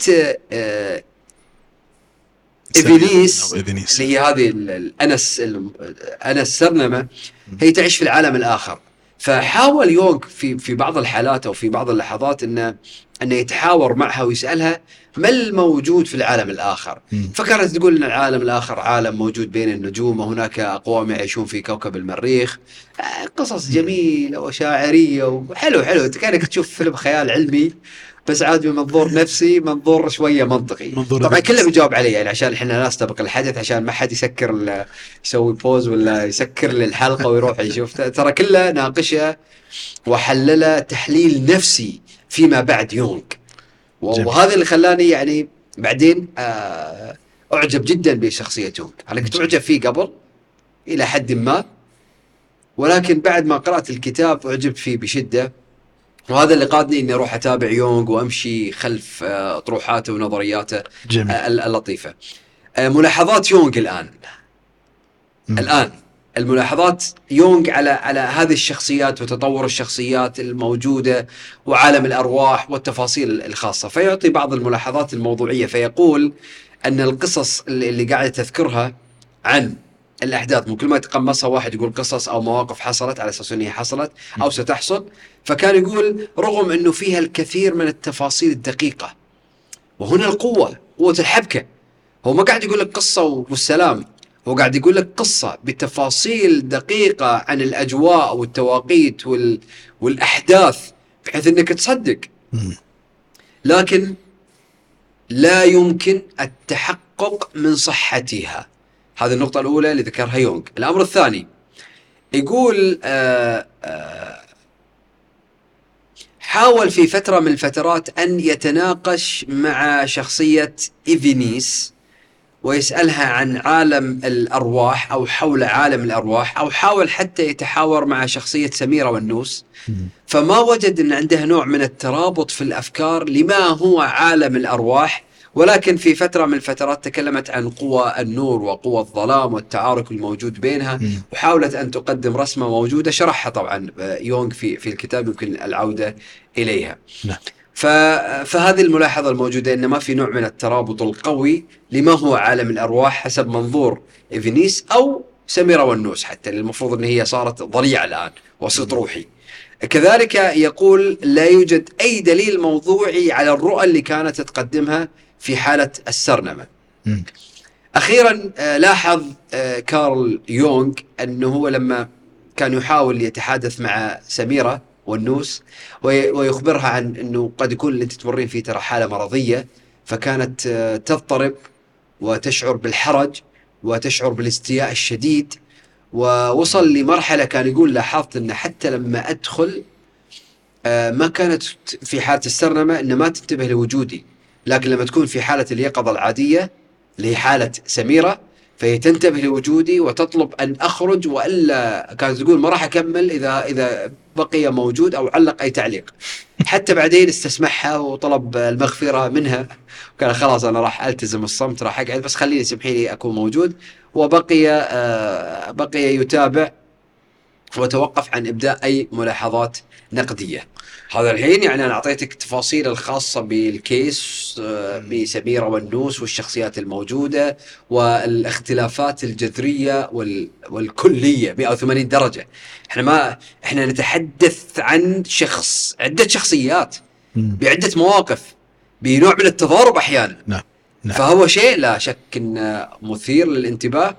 إيفينيس اللي هي هذه أنس سرنمة، هي تعيش في العالم الآخر. فحاول يونغ في بعض الحالات أو في بعض اللحظات أنه يتحاور معها ويسألها ما الموجود في العالم الآخر. فكانت تقول أن العالم الآخر عالم موجود بين النجوم، وهناك أقوام يعيشون في كوكب المريخ. قصص جميلة وشاعرية وحلو كأنك تشوف فيلم خيال علمي، بس عاد بمنظور نفسي، منظور شوية منطقي. طبعا كله بيجاوب عليه يعني عشان احنا نستبق الحدث، عشان ما حد يسوي بوز ولا يسكر للحلقة ويروح يشوف. ترى كله ناقشه وحلله تحليل نفسي فيما بعد يونغ، وهذا اللي خلاني يعني بعدين أعجب جدا بشخصية يونغ. أنا كنت أعجب فيه قبل إلى حد ما، ولكن بعد ما قرأت الكتاب أعجبت فيه بشدة، وهذا اللي قادني إني أروح أتابع يونغ وأمشي خلف أطروحاته ونظرياته اللطيفة. ملاحظات يونغ الآن الملاحظات يونغ على هذه الشخصيات وتطور الشخصيات الموجودة وعالم الأرواح والتفاصيل الخاصة. فيعطي بعض الملاحظات الموضوعية، فيقول أن القصص اللي قاعدة تذكرها عن الأحداث ممكن ما يتقمصها واحد يقول قصص أو مواقف حصلت على أساس أنها حصلت أو ستحصل. فكان يقول رغم أنه فيها الكثير من التفاصيل الدقيقة، وهنا قوة الحبكة. هو ما قاعد يقول لك قصة والسلام، هو قاعد يقول لك قصة بتفاصيل دقيقة عن الأجواء والتواقيت والأحداث بحيث أنك تصدق، لكن لا يمكن التحقق من صحتها. هذه النقطة الأولى اللي ذكرها يونغ. الأمر الثاني يقول حاول في فترة من الفترات أن يتناقش مع شخصية إيفينيس ويسألها عن عالم الأرواح أو حول عالم الأرواح، أو حاول حتى يتحاور مع شخصية سميرة والنوس، فما وجد أن عندها نوع من الترابط في الأفكار لما هو عالم الأرواح. ولكن في فترة من الفترات تكلمت عن قوى النور وقوى الظلام والتعارك الموجود بينها، وحاولت أن تقدم رسمة موجودة شرحها طبعا يونغ في الكتاب، يمكن العودة إليها. فهذه الملاحظة الموجودة أن ما في نوع من الترابط القوي لما هو عالم الأرواح حسب منظور إيفينيس أو سميرة والنوس، حتى المفروض أن هي صارت ضليعة الآن وسط روحي. كذلك يقول لا يوجد أي دليل موضوعي على الرؤى اللي كانت تقدمها في حالة السرنمة. أخيرا لاحظ كارل يونغ أنه هو لما كان يحاول يتحادث مع سميرة والنوس ويخبرها عن أنه قد يكون اللي أنت تمرين فيه ترى حالة مرضية، فكانت تضطرب وتشعر بالحرج وتشعر بالاستياء الشديد، ووصل لمرحلة كان يقول لاحظت أن حتى لما أدخل ما كانت في حالة السرنمة أن ما تنتبه لوجودي، لكن لما تكون في حالة اليقظة العادية اللي هي حالة سميرة فهي تنتبه لوجودي وتطلب أن أخرج، وإلا كانت تقول ما راح أكمل إذا بقي موجود أو علق أي تعليق. حتى بعدين استسمحها وطلب المغفرة منها، وكان خلاص أنا راح ألتزم الصمت، راح أقعد بس خليني سمحي لي أكون موجود، وبقي يتابع وتوقف عن إبداء أي ملاحظات نقدية. هذا الحين يعني أنا أعطيتك التفاصيل الخاصة بالكيس بسميرة والنوس والشخصيات الموجودة والاختلافات الجذرية والكلية 180 درجة. إحنا نتحدث عن عدة شخصيات بعدة مواقف بنوع من التضارب أحيانا. نعم. فهو شيء لا شك إنه مثير للانتباه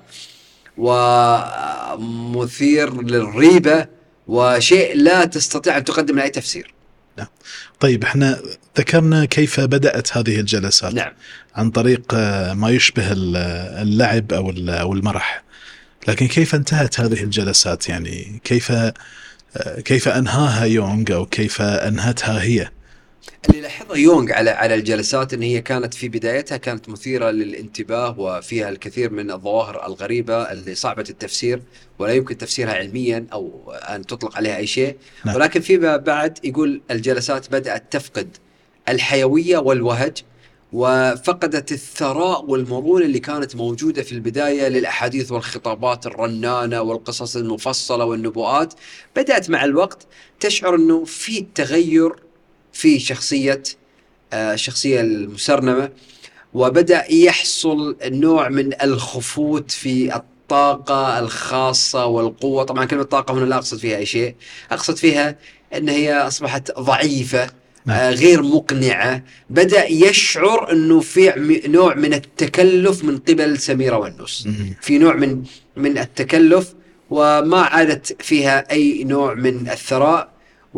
ومثير للريبة، وشيء لا تستطيع أن تقدم له أي تفسير. نعم. طيب احنا ذكرنا كيف بدأت هذه الجلسات. نعم. عن طريق ما يشبه اللعب أو المرح، لكن كيف انتهت هذه الجلسات؟ يعني كيف أنهاها يونغ، أو كيف أنهتها هي؟ اللي لاحظه يونغ على الجلسات ان هي كانت في بدايتها كانت مثيره للانتباه، وفيها الكثير من الظواهر الغريبه اللي صعبه التفسير ولا يمكن تفسيرها علميا او ان تطلق عليها اي شيء. نعم. ولكن فيما بعد يقول الجلسات بدات تفقد الحيويه والوهج، وفقدت الثراء والمرونه اللي كانت موجوده في البدايه للاحاديث والخطابات الرنانه والقصص المفصله والنبوءات. بدات مع الوقت تشعر انه في تغير في الشخصية المسرنمة، وبدأ يحصل نوع من الخفوت في الطاقة الخاصة والقوة. طبعا كلمة طاقة هنا لا أقصد فيها أي شيء، أقصد فيها أن هي أصبحت ضعيفة، نعم. غير مقنعة. بدأ يشعر أنه في نوع من التكلف من قبل سميرة ونس، في نوع من التكلف، وما عادت فيها أي نوع من الثراء.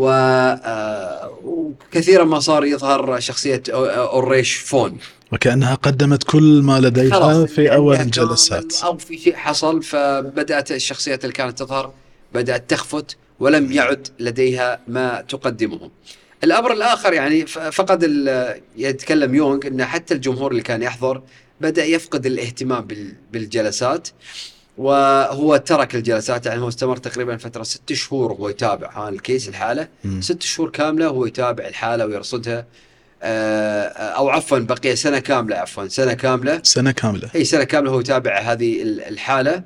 وكثيرا ما صار يظهر شخصية أوريش فون، وكأنها قدمت كل ما لديها خلاص في أول عندها الجلسات. أو في شيء حصل، فبدأت الشخصيات اللي كانت تظهر بدأت تخفت ولم يعد لديها ما تقدمه. الأمر الآخر يعني فقد يتكلم يونغ أن حتى الجمهور اللي كان يحضر بدأ يفقد الاهتمام بالجلسات، وهو ترك الجلسات. يعني هو استمر تقريبا فترة 6 شهور وهو يتابع الكيس الحالة، 6 شهور كاملة وهو يتابع الحالة ويرصدها. أو عفوا بقي سنة كاملة، سنة كاملة أي سنة كاملة هو يتابع هذه الحالة.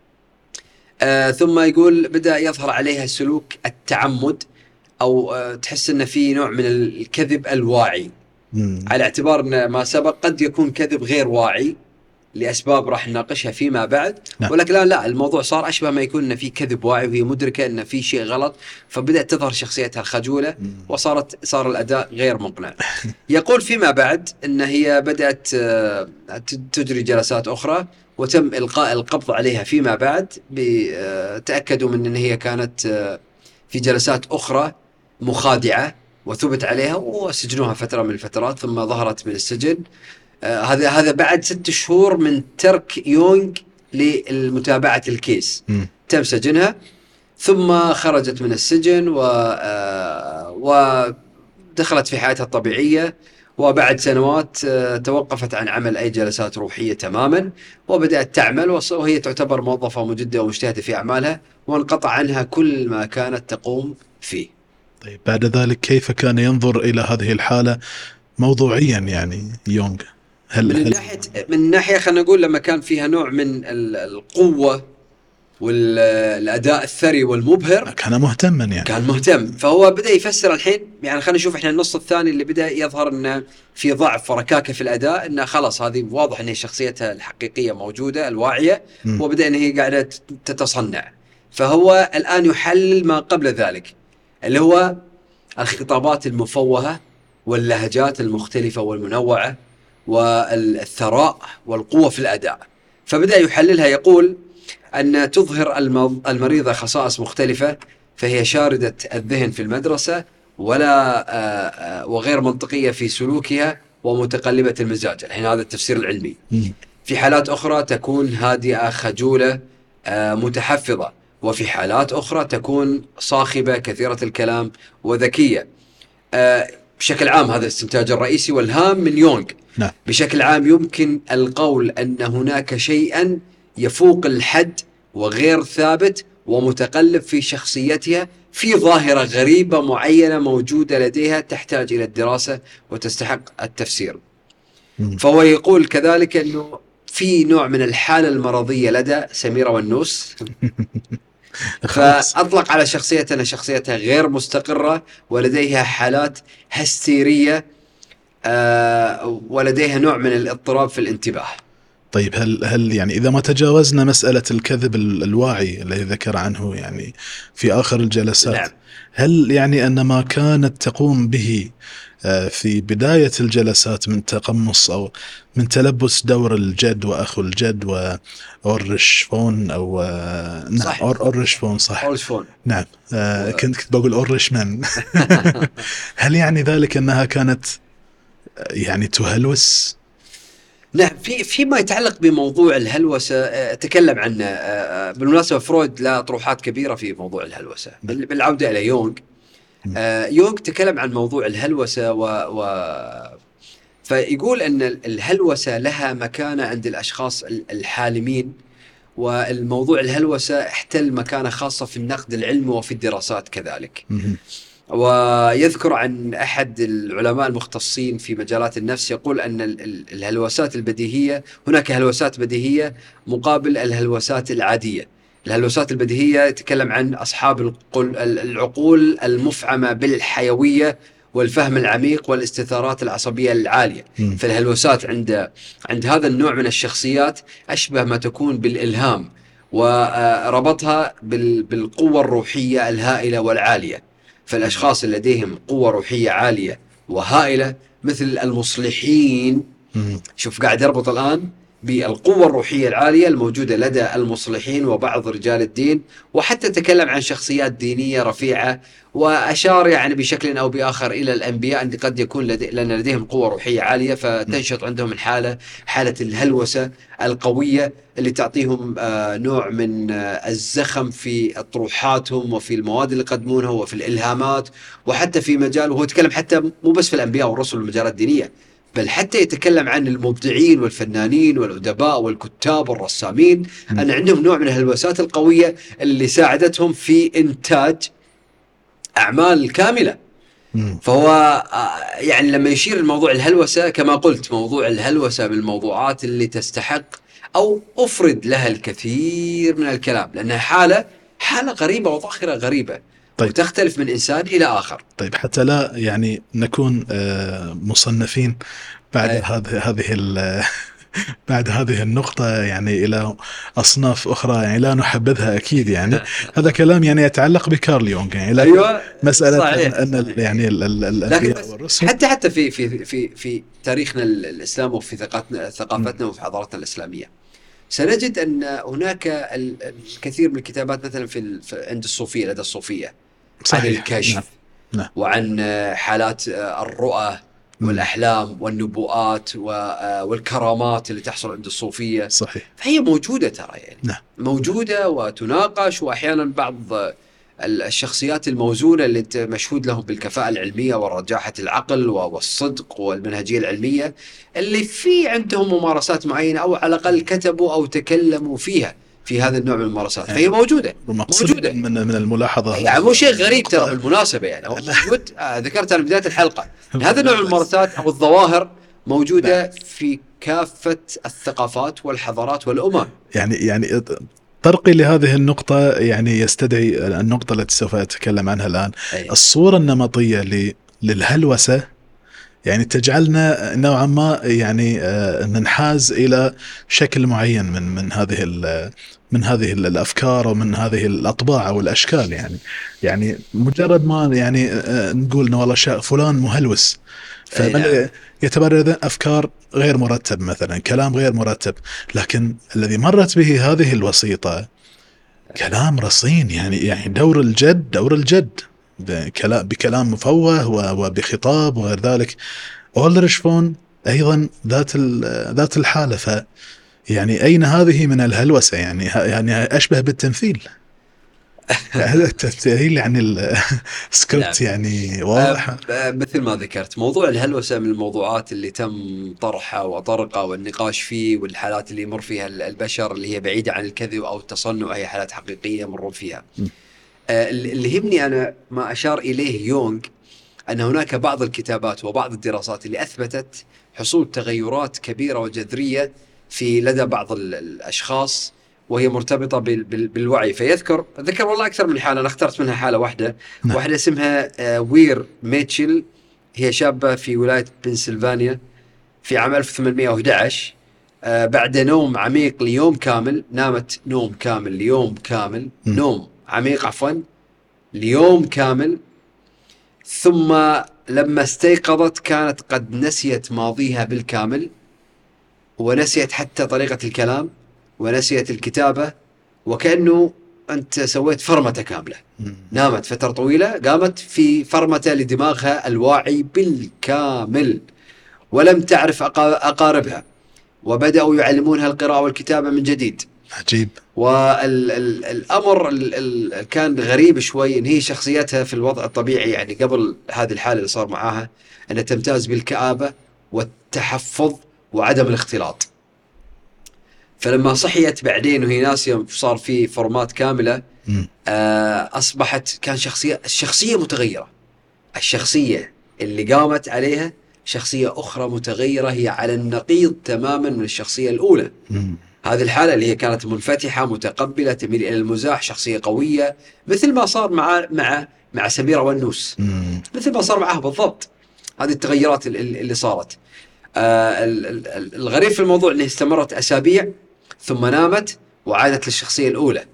ثم يقول بدأ يظهر عليها سلوك التعمد، أو تحس أن في نوع من الكذب الواعي، على اعتبار أن ما سبق قد يكون كذب غير واعي لأسباب راح نناقشها فيما بعد. نعم. ولكن لا الموضوع صار أشبه ما يكون أن في كذب واعي وهي مدركة أن في شيء غلط، فبدأت تظهر شخصيتها الخجولة صار الأداء غير مقنع. يقول فيما بعد أن هي بدأت تجري جلسات أخرى وتم إلقاء القبض عليها فيما بعد. تأكدوا من أن هي كانت في جلسات أخرى مخادعة وثبت عليها وسجنوها فترة من الفترات، ثم ظهرت من السجن. هذا بعد 6 شهور من ترك يونغ للمتابعة الكيس. تم سجنها ثم خرجت من السجن ودخلت في حياتها الطبيعية، وبعد سنوات توقفت عن عمل أي جلسات روحية تماما، وبدأت تعمل وهي تعتبر موظفة مجدة ومجتهدة في أعمالها، وانقطع عنها كل ما كانت تقوم فيه. طيب بعد ذلك كيف كان ينظر إلى هذه الحالة موضوعيا يعني يونغ؟ من ناحية خلينا نقول لما كان فيها نوع من القوة والأداء الثري والمبهر كان مهتما، يعني كان مهتم. فهو بدأ يفسر الحين، يعني خلينا نشوف احنا النص الثاني اللي بدأ يظهر انه في ضعف وركاكة في الأداء، انه خلاص هذه واضح ان شخصيتها الحقيقية موجودة الواعية، وبدأ ان هي قاعدة تتصنع. فهو الآن يحلل ما قبل ذلك اللي هو الخطابات المفوهة واللهجات المختلفة والمنوعة والثراء والقوة في الأداء. فبدأ يحللها، يقول أن تظهر المريضة خصائص مختلفة، فهي شاردة الذهن في المدرسة وغير منطقية في سلوكها ومتقلبة المزاج. الحين هذا التفسير العلمي. في حالات أخرى تكون هادئة خجولة متحفظة، وفي حالات أخرى تكون صاخبة كثيرة الكلام وذكية. بشكل عام هذا الاستنتاج الرئيسي والهام من يونغ. نعم. بشكل عام يمكن القول أن هناك شيئا يفوق الحد وغير ثابت ومتقلب في شخصيتها، في ظاهرة غريبة معينة موجودة لديها تحتاج إلى الدراسة وتستحق التفسير. فهو يقول كذلك أنه في نوع من الحالة المرضية لدى سميرة ونوس. فأطلق على شخصيتها أن شخصيتها غير مستقرة ولديها حالات هستيرية، ولديها نوع من الاضطراب في الانتباه. طيب هل يعني إذا ما تجاوزنا مسألة الكذب الواعي الذي ذكر عنه يعني في آخر الجلسات، نعم. هل يعني أن ما كانت تقوم به في بداية الجلسات من تقمص أو من تلبس دور الجد وأخو الجد وأورشفون أو نعم أورشفون صح؟ أورشفون. نعم. كنت بقول أورشمان. هل يعني ذلك أنها كانت يعني تهلوس؟ نعم. فيما يتعلق بموضوع الهلوسة تكلم عنه بالمناسبة فرويد له أطروحات كبيرة في موضوع الهلوسة. بالعودة إلى يونغ، يونغ تكلم عن موضوع الهلوسة فيقول أن الهلوسة لها مكانة عند الأشخاص الحالمين، والموضوع الهلوسة احتل مكانة خاصة في النقد العلمي وفي الدراسات كذلك. ويذكر عن أحد العلماء المختصين في مجالات النفس يقول أن الهلوسات البديهية، هناك هلوسات بديهية مقابل الهلوسات العادية. الهلوسات البديهية يتكلم عن أصحاب العقول المفعمة بالحيوية والفهم العميق والاستثارات العصبية العالية. فالهلوسات عند هذا النوع من الشخصيات أشبه ما تكون بالإلهام، وربطها بالقوة الروحية الهائلة والعالية. فالأشخاص اللي لديهم قوة روحية عالية وهائلة مثل المصلحين، شوف قاعد يربط الآن بالقوة الروحية العالية الموجودة لدى المصلحين وبعض رجال الدين، وحتى تكلم عن شخصيات دينية رفيعة، وأشار يعني بشكل أو بآخر إلى الأنبياء أن قد يكون لأن لديهم قوة روحية عالية فتنشط عندهم حالة الهلوسة القوية اللي تعطيهم نوع من الزخم في أطروحاتهم وفي المواد اللي يقدمونها وفي الإلهامات، وحتى في مجال، وهو يتكلم حتى مو بس في الأنبياء والرسل والمجالات الدينية، بل حتى يتكلم عن المبدعين والفنانين والأدباء والكتاب والرسامين، أن عندهم نوع من الهلوسات القوية اللي ساعدتهم في إنتاج أعمال كاملة. فهو يعني لما يشير الموضوع الهلوسة، كما قلت موضوع الهلوسة من الموضوعات اللي تستحق أو أفرد لها الكثير من الكلام، لأنها حالة غريبة وظاهرة غريبة. طيب. وتختلف من إنسان إلى آخر. طيب، حتى لا يعني نكون مصنفين بعد بعد هذه النقطة يعني إلى أصناف أخرى يعني لا نحبذها أكيد يعني. هذا كلام يعني يتعلق بكارل يونغ يعني. أيوة، مسألة صحيح. أن يعني الأنبياء والرسل حتى في تاريخنا الإسلام وفي ثقافتنا وفي حضارتنا الإسلامية سنجد أن هناك الكثير من الكتابات مثلا عند الصوفية، لدى الصوفية، عن الكشف. نعم. وعن حالات الرؤى والأحلام والنبوءات والكرامات اللي تحصل عند الصوفية. صحيح. فهي موجودة ترى يعني. نعم. موجودة وتناقش، وأحيانا بعض الشخصيات الموزونة اللي مشهود لهم بالكفاءة العلمية ورجاحة العقل والصدق والمنهجية العلمية، اللي في عندهم ممارسات معينة أو على الأقل كتبوا أو تكلموا فيها في هذا النوع من الممارسات. فهي موجودة من الملاحظة يعني مو شيء غريب ترى بالمناسبة يعني. هو موجود، ذكرت أنا بداية الحلقة، هذا النوع من الممارسات أو الظواهر موجودة في كافة الثقافات والحضارات والأمم. يعني طرقي لهذه النقطة يعني يستدعي النقطة التي سوف أتكلم عنها الآن. الصورة النمطية للهلوسة يعني تجعلنا نوعا ما يعني ننحاز إلى شكل معين من هذه الأفكار ومن هذه الأطباع أو الأشكال يعني مجرد ما يعني نقول إنه والله فلان مهلوس، يتبرر أفكار غير مرتب مثلا، كلام غير مرتب، لكن الذي مرت به هذه الوسيطة كلام رصين يعني دور الجد بكلام مفوه وبخطاب وغير ذلك. أولريش فون أيضا ذات الحالة. يعني أين هذه من الهلوسة يعني أشبه بالتمثيل. هذا التمثيل يعني السكريبت يعني واضح. مثل ما ذكرت موضوع الهلوسة من الموضوعات اللي تم طرحها وطرقها والنقاش فيه، والحالات اللي يمر فيها البشر اللي هي بعيدة عن الكذب أو التصنع، هي حالات حقيقية يمرون فيها. اللي يهمني أنا ما أشار إليه يونغ، أن هناك بعض الكتابات وبعض الدراسات اللي أثبتت حصول تغيرات كبيرة وجذرية في لدى بعض الأشخاص، وهي مرتبطة بالوعي. فذكر والله أكثر من حالة، أنا اخترت منها حالة واحدة. واحدة اسمها وير ميتشل، هي شابة في ولاية بنسلفانيا في عام 1811. بعد نوم عميق ليوم كامل، نامت نوم كامل ليوم كامل، نوم عميق ليوم كامل، ثم لما استيقظت كانت قد نسيت ماضيها بالكامل، ونسيت حتى طريقة الكلام، ونسيت الكتابة، وكأنه أنت سويت فرمة كاملة. نامت فترة طويلة، قامت في فرمة لدماغها الواعي بالكامل، ولم تعرف أقاربها، وبدأوا يعلمونها القراءة والكتابة من جديد. عجيب. والأمر كان غريب شوي، إن هي شخصيتها في الوضع الطبيعي يعني قبل هذه الحالة اللي صار معاها أنها تمتاز بالكآبة والتحفظ وعدم الاختلاط. فلما صحيت بعدين وهي ناسية صار في فورمات كاملة، أصبحت كان الشخصية متغيرة. الشخصية اللي قامت عليها شخصية أخرى متغيرة، هي على النقيض تماما من الشخصية الأولى. هذه الحالة اللي هي كانت منفتحة متقبلة تميل إلى المزاح، شخصية قوية، مثل ما صار مع سميرة والنوس، مثل ما صار معها بالضبط. هذه التغيرات اللي صارت. الغريب في الموضوع أنها استمرت أسابيع ثم نامت وعادت للشخصية الأولى،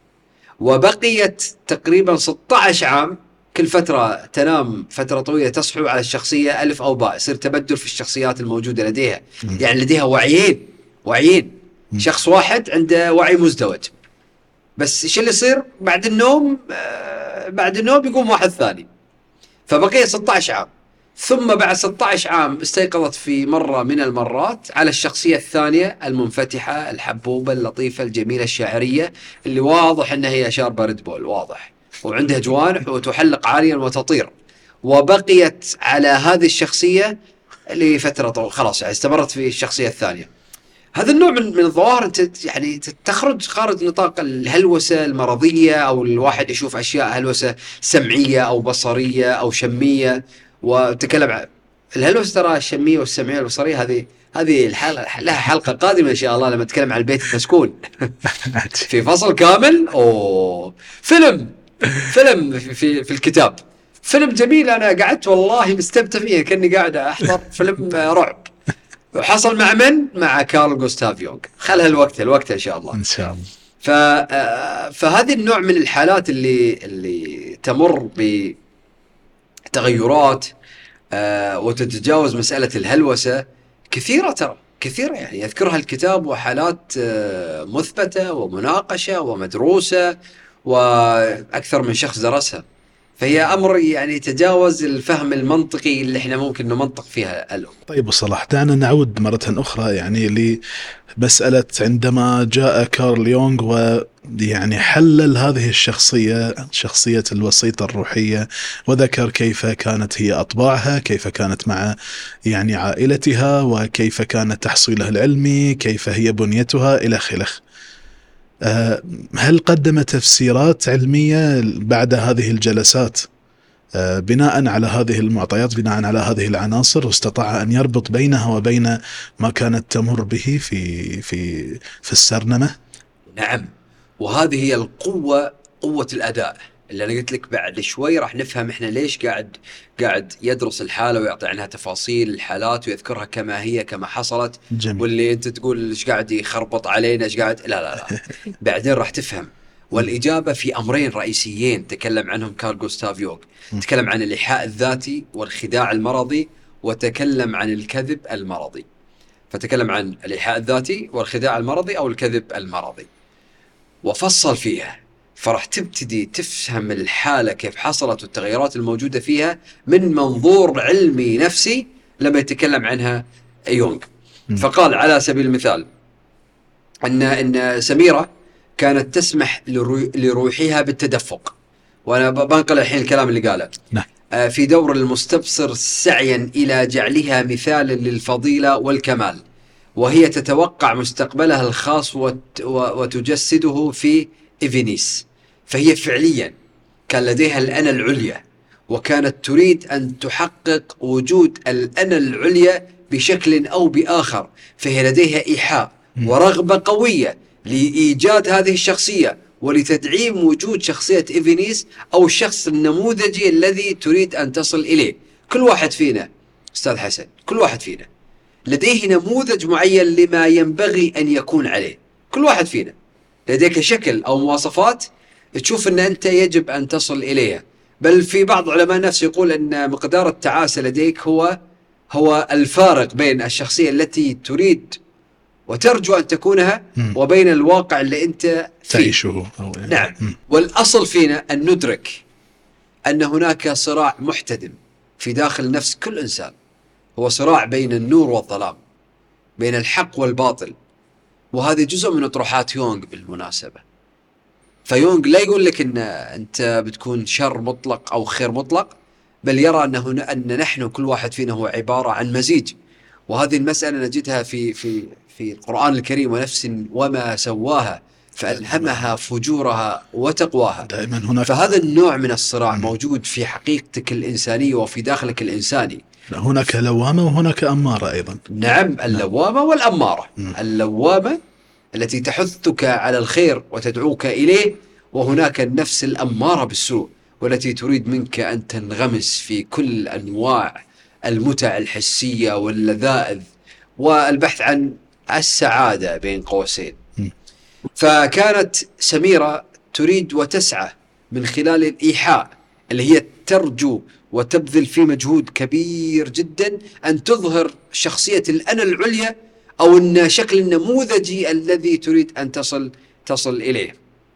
وبقيت تقريبا 16 عام كل فترة تنام فترة طويلة تصحو على الشخصية ألف أو باء. يصير تبدل في الشخصيات الموجودة لديها، يعني لديها وعيين. شخص واحد عنده وعي مزدوج، بس إيش اللي يصير بعد النوم؟ بعد النوم يقوم واحد ثاني. فبقي 16 عام، ثم بعد 16 عام استيقظت في مرة من المرات على الشخصية الثانية المنفتحة الحبوبة اللطيفة الجميلة الشاعرية، اللي واضح أنها هي شاربة ريد بول، واضح، وعندها جوانح وتحلق عاليا وتطير. وبقيت على هذه الشخصية لفترة طويلة، خلاص يعني استمرت في الشخصية الثانية. هذا النوع من الظواهر انت يعني تخرج خارج نطاق الهلوسة المرضية، او الواحد يشوف اشياء هلوسة سمعية او بصرية او شمية. وتكلم عن الهلوسة، ترى الشمية والسمعية والبصرية هذه الحلقة لها حلقة قادمة ان شاء الله، لما نتكلم عن البيت المسكون في فصل كامل. فيلم في الكتاب، فيلم جميل. انا قعدت والله مستمتع فيه كأني قاعد احضر فيلم رعب. وحصل مع من؟ مع كارل غوستاف يونغ. خلها الوقت إن شاء الله. إن شاء الله. فهذه النوع من الحالات اللي تمر بتغيرات وتتجاوز مسألة الهلوسة كثيرة، ترى كثيرة يعني يذكرها الكتاب، وحالات مثبتة ومناقشة ومدروسة وأكثر من شخص درسها. فهي أمر يعني تجاوز الفهم المنطقي اللي احنا ممكن نمنطق فيها الأمر. طيب وصلاح، دعنا نعود مرة أخرى يعني لمسألة عندما جاء كارل يونغ ويعني حلل هذه الشخصية، شخصية الوسيطة الروحية، وذكر كيف كانت هي أطباعها، كيف كانت مع يعني عائلتها، وكيف كان تحصيلها العلمي، كيف هي بنيتها إلى خلخ. هل قدم تفسيرات علمية بعد هذه الجلسات بناء على هذه المعطيات، بناء على هذه العناصر، واستطاع أن يربط بينها وبين ما كانت تمر به في السرنمة؟ نعم، وهذه هي القوة، قوة الأداء اللي أنا قلت لك. بعد شوي راح نفهم إحنا ليش قاعد يدرس الحالة ويعطي عنها تفاصيل الحالات ويذكرها كما هي كما حصلت. جميل. واللي أنت تقول إيش قاعد يخربط علينا، إيش قاعد، لا بعدين راح تفهم. والإجابة في أمرين رئيسيين تكلم عنهم كارل غوستاف يونغ. تكلم عن الإيحاء الذاتي والخداع المرضي، وتكلم عن الكذب المرضي. فتكلم عن الإيحاء الذاتي والخداع المرضي أو الكذب المرضي وفصل فيها. فرح تبتدي تفهم الحالة كيف حصلت والتغيرات الموجودة فيها من منظور علمي نفسي لما يتكلم عنها يونغ. فقال على سبيل المثال أن سميرة كانت تسمح لروحها بالتدفق. وأنا بنقل الحين الكلام اللي قاله. في دور المستبصر سعيا إلى جعلها مثالا للفضيلة والكمال، وهي تتوقع مستقبلها الخاص وتجسده في إيفينيس. فهي فعليا كان لديها الأنا العليا، وكانت تريد أن تحقق وجود الأنا العليا بشكل أو بآخر. فهي لديها إيحاء ورغبة قوية لإيجاد هذه الشخصية ولتدعيم وجود شخصية إيفينيس أو الشخص النموذجي الذي تريد أن تصل إليه. كل واحد فينا أستاذ حسن، كل واحد فينا لديه نموذج معين لما ينبغي أن يكون عليه. كل واحد فينا لديك شكل أو مواصفات تشوف أن أنت يجب أن تصل إليها. بل في بعض علماء النفس يقول أن مقدار التعاسة لديك هو الفارق بين الشخصية التي تريد وترجو أن تكونها وبين الواقع اللي أنت تعيشه. نعم. والأصل فينا أن ندرك أن هناك صراع محتدم في داخل نفس كل إنسان، هو صراع بين النور والظلام. بين الحق والباطل، وهذا جزء من أطروحات يونغ بالمناسبة. فيونغ لا يقول لك أن أنت بتكون شر مطلق أو خير مطلق، بل يرى أن نحن كل واحد فينا هو عبارة عن مزيج. وهذه المسألة نجدها في القرآن الكريم: ونفس وما سواها فألهمها فجورها وتقواها. دائما هناك، فهذا النوع من الصراع موجود في حقيقتك الإنسانية وفي داخلك الإنساني. هناك لوامة وهناك أمارة أيضا. نعم، اللوامة والأمارة. اللوامة التي تحثك على الخير وتدعوك إليه، وهناك النفس الأمارة بالسوء والتي تريد منك أن تنغمس في كل أنواع المتع الحسية واللذائذ والبحث عن السعادة بين قوسين. فكانت سميرة تريد وتسعى من خلال الإيحاء، اللي هي ترجو وتبذل في مجهود كبير جدا أن تظهر شخصية الأنا العليا أو الشكل النموذجي الذي تريد أن تصل إليه.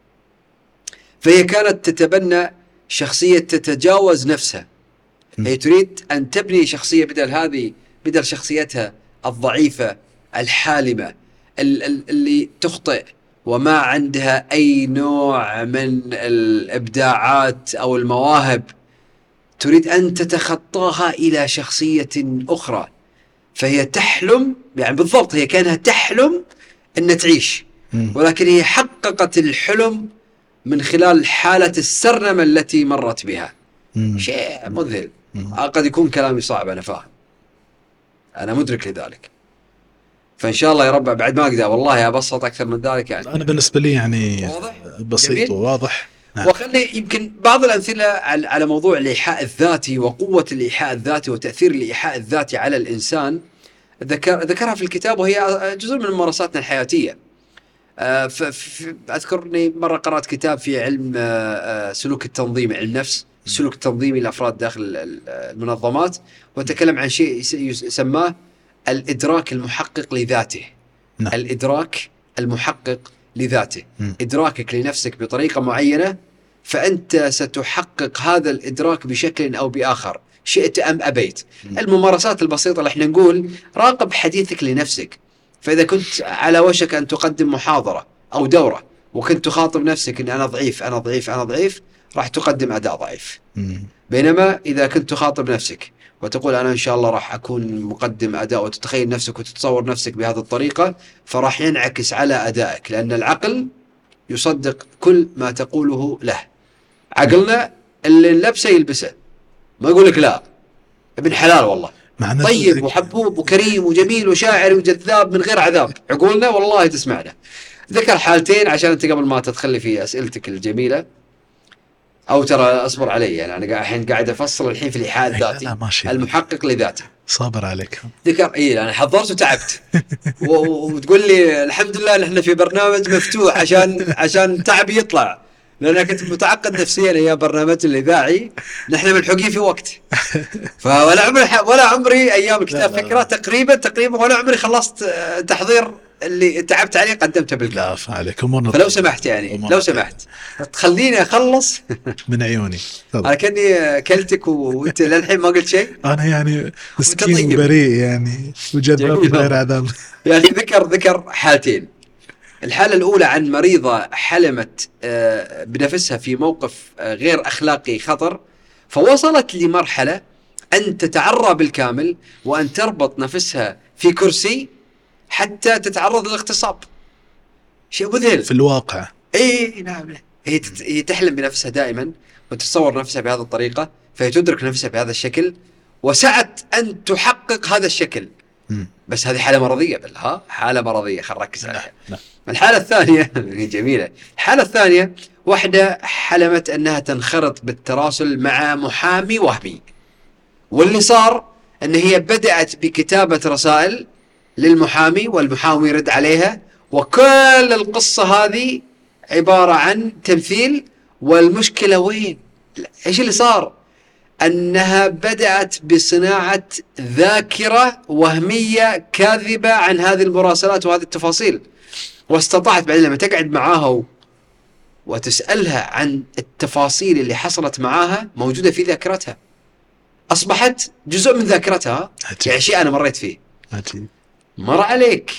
فهي كانت تتبنى شخصية تتجاوز نفسها. هي تريد أن تبني شخصية بدل شخصيتها الضعيفة الحالمة اللي تخطئ وما عندها أي نوع من الإبداعات أو المواهب. تريد أن تتخطاها إلى شخصية أخرى. فهي تحلم، يعني بالضبط هي كانها تحلم أن تعيش، ولكن هي حققت الحلم من خلال حالة السرنمة التي مرت بها. شيء مذهل. قد يكون كلامي صعب، أنا فاهم، أنا مدرك لذلك. فإن شاء الله يا رب بعد ما أقدر والله أبسط أكثر من ذلك. يعني أنا بالنسبة لي يعني بسيط جميل. وواضح. وخلي يمكن بعض الأمثلة على موضوع الإيحاء الذاتي وقوة الإيحاء الذاتي وتأثير الإيحاء الذاتي على الإنسان. ذكرها في الكتاب، وهي جزء من ممارساتنا الحياتية. أذكرني مرة قرأت كتاب في علم سلوك التنظيم، علم نفس السلوك التنظيمي للأفراد داخل المنظمات، وتكلم عن شيء يسماه الإدراك المحقق لذاته. نعم. الإدراك المحقق لذاته. إدراكك لنفسك بطريقة معينة، فأنت ستحقق هذا الإدراك بشكل أو بآخر، شئت أم أبيت. الممارسات البسيطة اللي احنا نقول: راقب حديثك لنفسك. فإذا كنت على وشك أن تقدم محاضرة أو دورة وكنت تخاطب نفسك أن أنا ضعيف أنا ضعيف أنا ضعيف، راح تقدم أداء ضعيف. بينما إذا كنت تخاطب نفسك وتقول أنا إن شاء الله راح أكون مقدم أداء، وتتخيل نفسك وتتصور نفسك بهذه الطريقة، فراح ينعكس على أدائك، لأن العقل يصدق كل ما تقوله له. عقلنا اللي لبسه يلبسه، ما يقول لك لا، ابن حلال والله طيب وحبوب وكريم وجميل وشاعر وجذاب من غير عذاب. عقولنا والله تسمعنا. ذكر حالتين عشان أنت قبل ما تدخل في أسئلتك الجميلة، أو ترى أصبر علي، يعني أنا الحين قاعد أفصل الحين في الإيحاء الذاتي المحقق لذاته. صابر عليك. ذكر أنا حضرت وتعبت وتقول لي الحمد لله نحن في برنامج مفتوح عشان تعب يطلع، لأن كنت متعقد نفسيا يا برنامج الإذاعي نحن ملحوقين في وقت. ولا عمري أيام الكتاب فكرة تقريبا ولا عمري خلصت تحضير اللي تعبت عليه قدمته بالكتاب. لا عليك أمورنا. فلو سمحت لو سمحت تخليني أخلص من عيوني. أنا كني كلتك وأنت للحين ما قلت شيء. أنا يعني مسكين وبريء يعني وجذاب غير عذاب. يعني ذكر حالتين. الحالة الأولى عن مريضة حلمت بنفسها في موقف غير أخلاقي خطر، فوصلت لمرحلة أن تتعرى بالكامل وأن تربط نفسها في كرسي حتى تتعرض للاغتصاب. شيء مذهل في الواقع. نعم. هي تحلم بنفسها دائما وتتصور نفسها بهذه الطريقة، فهي تدرك نفسها بهذا الشكل وسعت أن تحقق هذا الشكل. بس هذه حالة مرضية، حالة مرضية، خل نركز عليها. الحالة الثانية جميلة. الحالة الثانية واحدة حلمت أنها تنخرط بالتراسل مع محامي وهمي، واللي صار أن هي بدأت بكتابة رسائل للمحامي والمحامي يرد عليها، وكل القصة هذه عبارة عن تمثيل. والمشكلة وين؟ إيش اللي صار؟ أنها بدأت بصناعة ذاكرة وهمية كاذبة عن هذه المراسلات وهذه التفاصيل، واستطاعت بعدين لما تقعد معاها وتسألها عن التفاصيل اللي حصلت معاها موجودة في ذاكرتها، أصبحت جزء من ذاكرتها. يعني شيء أنا مريت فيه. مر عليك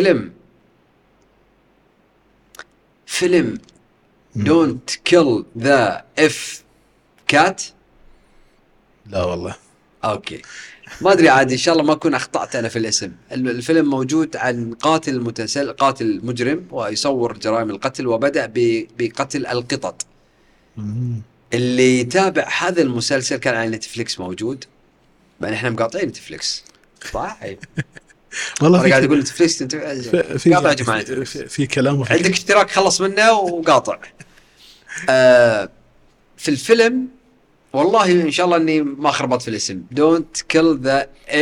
فيلم Don't kill the F cat؟ لا والله. اوكي، ما ادري عاد، ان شاء الله ما اكون اخطأت انا في الاسم. الفيلم موجود عن قاتل مجرم ويصور جرائم القتل، وبدأ بقتل القطط. اللي يتابع هذا المسلسل كان على نتفليكس موجود، مع ان احنا مقاطعين نتفليكس. صح. والله انا قاعد اقول نتفليكس قاطع يا جماعه. في كلام عندك اشتراك خلص منه وقاطع. في الفيلم والله ان شاء الله اني ما خربط في الاسم. Don't kill the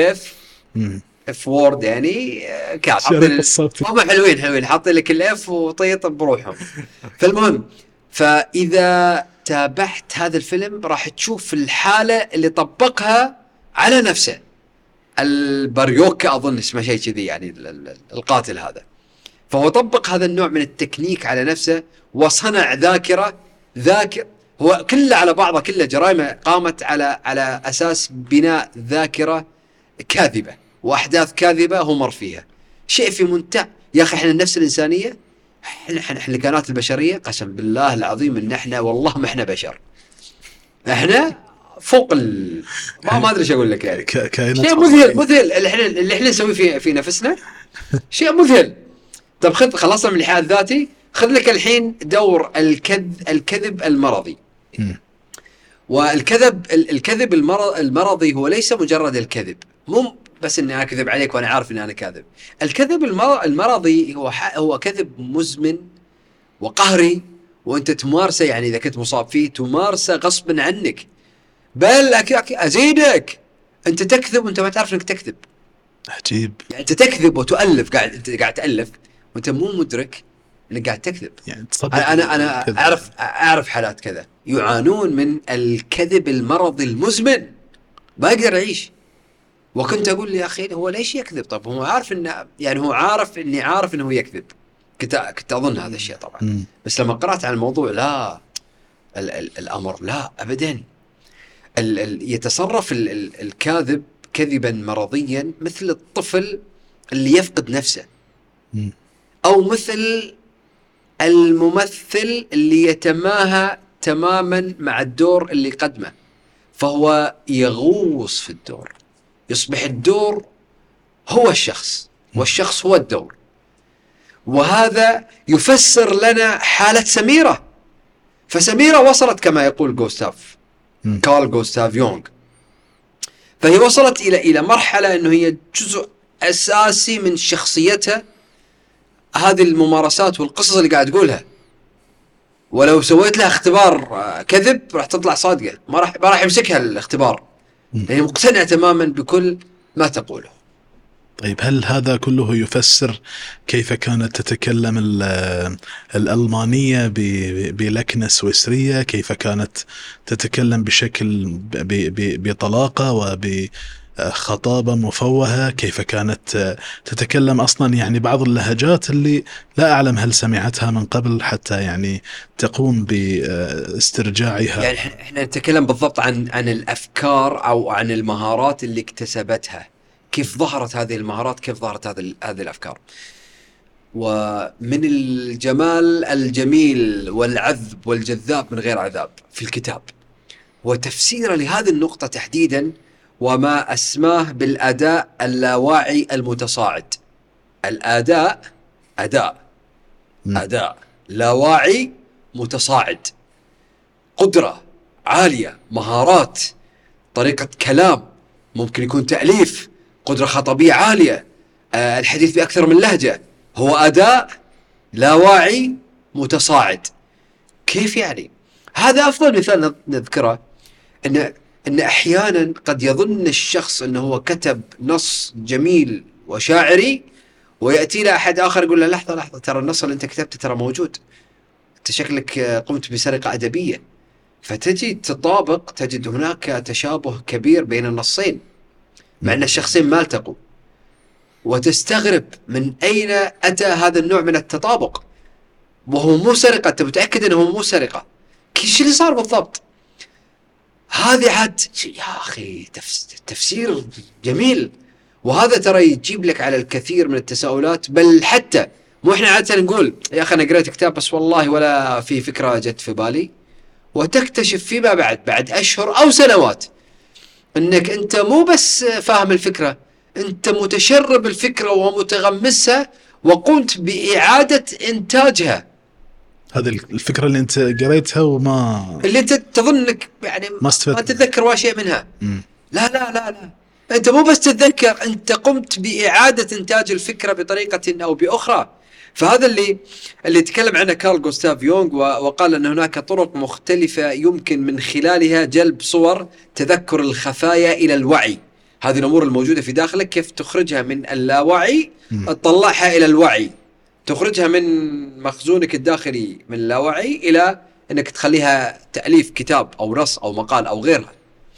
F word، يعني كات. هم حلوين حاطين لك الاف وطيط بروحهم. فالمهم، فاذا تابعت هذا الفيلم راح تشوف الحالة اللي طبقها على نفسه. الباريوكا أظن اسمه شيء كذي، يعني القاتل هذا. فهو طبق هذا النوع من التكنيك على نفسه، وصنع ذاكرة هو كله على بعضه، كله جرائمه قامت على أساس بناء ذاكرة كاذبة وأحداث كاذبة هو مر فيها. شيء في منتهى يا أخي. إحنا النفس الإنسانية، إحنا الكائنات البشرية، قسم بالله العظيم إن إحنا والله ما إحنا بشر. إحنا فوق ما أدري شو أقول لك، يعني شيء مذهل اللي إحنا نسوي في نفسنا. شيء مذهل. طب خلصنا من الإيحاء الذاتي، خذ لك الحين دور الكذب المرضي. والكذب المرضي هو ليس مجرد الكذب، مو بس اني اكذب عليك وانا عارف اني انا كاذب. الكذب المرضي هو كذب مزمن وقهري، وانت تمارسه، يعني اذا كنت مصاب فيه تمارسه غصبا عنك. بل ازيدك، انت تكذب وانت ما تعرف انك تكذب. عجيب. يعني انت تكذب وتؤلف، انت قاعد تألف وانت مو مدرك انك قاعد تكذب. يعني تصدق انا اعرف حالات كذا يعانون من الكذب المرضي المزمن، ما يقدر يعيش. وكنت اقول لي يا اخي هو ليش يكذب؟ طب هو عارف انه، يعني هو عارف انه يكذب. كنت اظن هذا الشيء طبعا. بس لما قرأت عن الموضوع، لا، الامر لا ابدا. يتصرف الكاذب كذبا مرضيا مثل الطفل اللي يفقد نفسه، او مثل الممثل اللي يتماهى تماما مع الدور اللي قدمه، فهو يغوص في الدور، يصبح الدور هو الشخص والشخص هو الدور. وهذا يفسر لنا حالة سميرة. فسميرة وصلت كما يقول كارل غوستاف يونغ، فهي وصلت إلى مرحلة أنه هي جزء أساسي من شخصيتها، هذه الممارسات والقصص اللي قاعد تقولها. ولو سويت لها اختبار كذب راح تطلع صادقة، ما راح يمسكها الاختبار، لأنه مقتنع تماما بكل ما تقوله. طيب، هل هذا كله يفسر كيف كانت تتكلم الألمانية بلكنة سويسرية؟ كيف كانت تتكلم بشكل بطلاقة وبخطابة مفوهة؟ كيف كانت تتكلم أصلا يعني بعض اللهجات اللي لا أعلم هل سمعتها من قبل حتى يعني تقوم باسترجاعها؟ يعني احنا نتكلم بالضبط عن الأفكار أو عن المهارات اللي اكتسبتها. كيف ظهرت هذه المهارات، كيف ظهرت هذه الأفكار. ومن الجمال الجميل والعذب والجذاب من غير عذاب في الكتاب وتفسيره لهذه النقطة تحديدا، وما أسماه بالأداء اللاواعي المتصاعد. الأداء أداء لاواعي متصاعد، قدرة عالية، مهارات، طريقة كلام، ممكن يكون تأليف، قدرة خطابية عالية، الحديث بأكثر من لهجة. هو أداء لاواعي متصاعد. كيف يعني؟ هذا أفضل مثال نذكره، إن أحيانا قد يظن الشخص أنه هو كتب نص جميل وشاعري، ويأتي له أحد آخر يقول له لحظة، ترى النص اللي أنت كتبته ترى موجود، أنت شكلك قمت بسرقة أدبية. فتجي تطابق، تجد هناك تشابه كبير بين النصين مع أن الشخصين ما التقوا، وتستغرب من أين أتى هذا النوع من التطابق، وهو مو سرقة. أنت متأكد أنه مو سرقة؟ كيش اللي صار بالضبط؟ هذه عاد يا أخي تفسير جميل. وهذا ترى يجيب لك على الكثير من التساؤلات. بل حتى مو احنا عادة نقول يا أخي أنا قرأت كتاب بس والله ولا في فكرة جت في بالي، وتكتشف فيما بعد أشهر أو سنوات أنك أنت مو بس فاهم الفكرة، أنت متشرب الفكرة ومتغمسها وقمت بإعادة إنتاجها. هذه الفكرة اللي أنت قريتها وما اللي أنت تظن أنك يعني ما تتذكر ولا شيء منها. لا لا لا لا، أنت مو بس تتذكر، أنت قمت بإعادة إنتاج الفكرة بطريقة أو بأخرى. فهذا اللي تكلم عنه كارل غوستاف يونغ، وقال أن هناك طرق مختلفة يمكن من خلالها جلب صور تذكر الخفايا إلى الوعي. هذه الأمور الموجودة في داخلك كيف تخرجها من اللاوعي، تطلعها إلى الوعي، تخرجها من مخزونك الداخلي من اللاوعي إلى أنك تخليها تأليف كتاب أو نص أو مقال أو غيرها.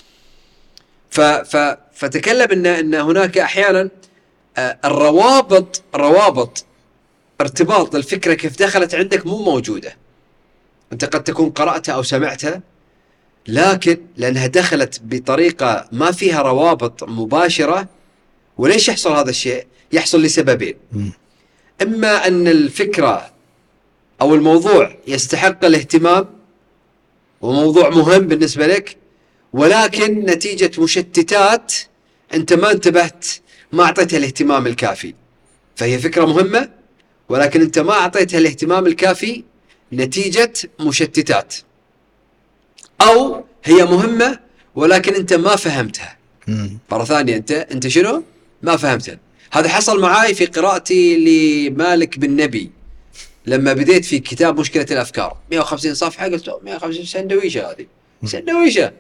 فتكلم أن هناك أحيانا روابط ارتباط الفكرة كيف دخلت عندك مو موجودة. أنت قد تكون قرأتها أو سمعتها، لكن لأنها دخلت بطريقة ما فيها روابط مباشرة. وليش يحصل هذا الشيء؟ يحصل لسببين: إما أن الفكرة أو الموضوع يستحق الاهتمام وموضوع مهم بالنسبة لك، ولكن نتيجة مشتتات أنت ما انتبهت، ما أعطيتها الاهتمام الكافي. فهي فكرة مهمة ولكن أنت ما أعطيتها الاهتمام الكافي نتيجة مشتتات، أو هي مهمة ولكن أنت ما فهمتها. مرة ثانية أنت شنو؟ ما فهمتها. هذا حصل معاي في قراءتي لمالك بن نبي لما بديت في كتاب مشكلة الأفكار، 150 صفحة. قلت 150 سندويشة، هذه سندويشة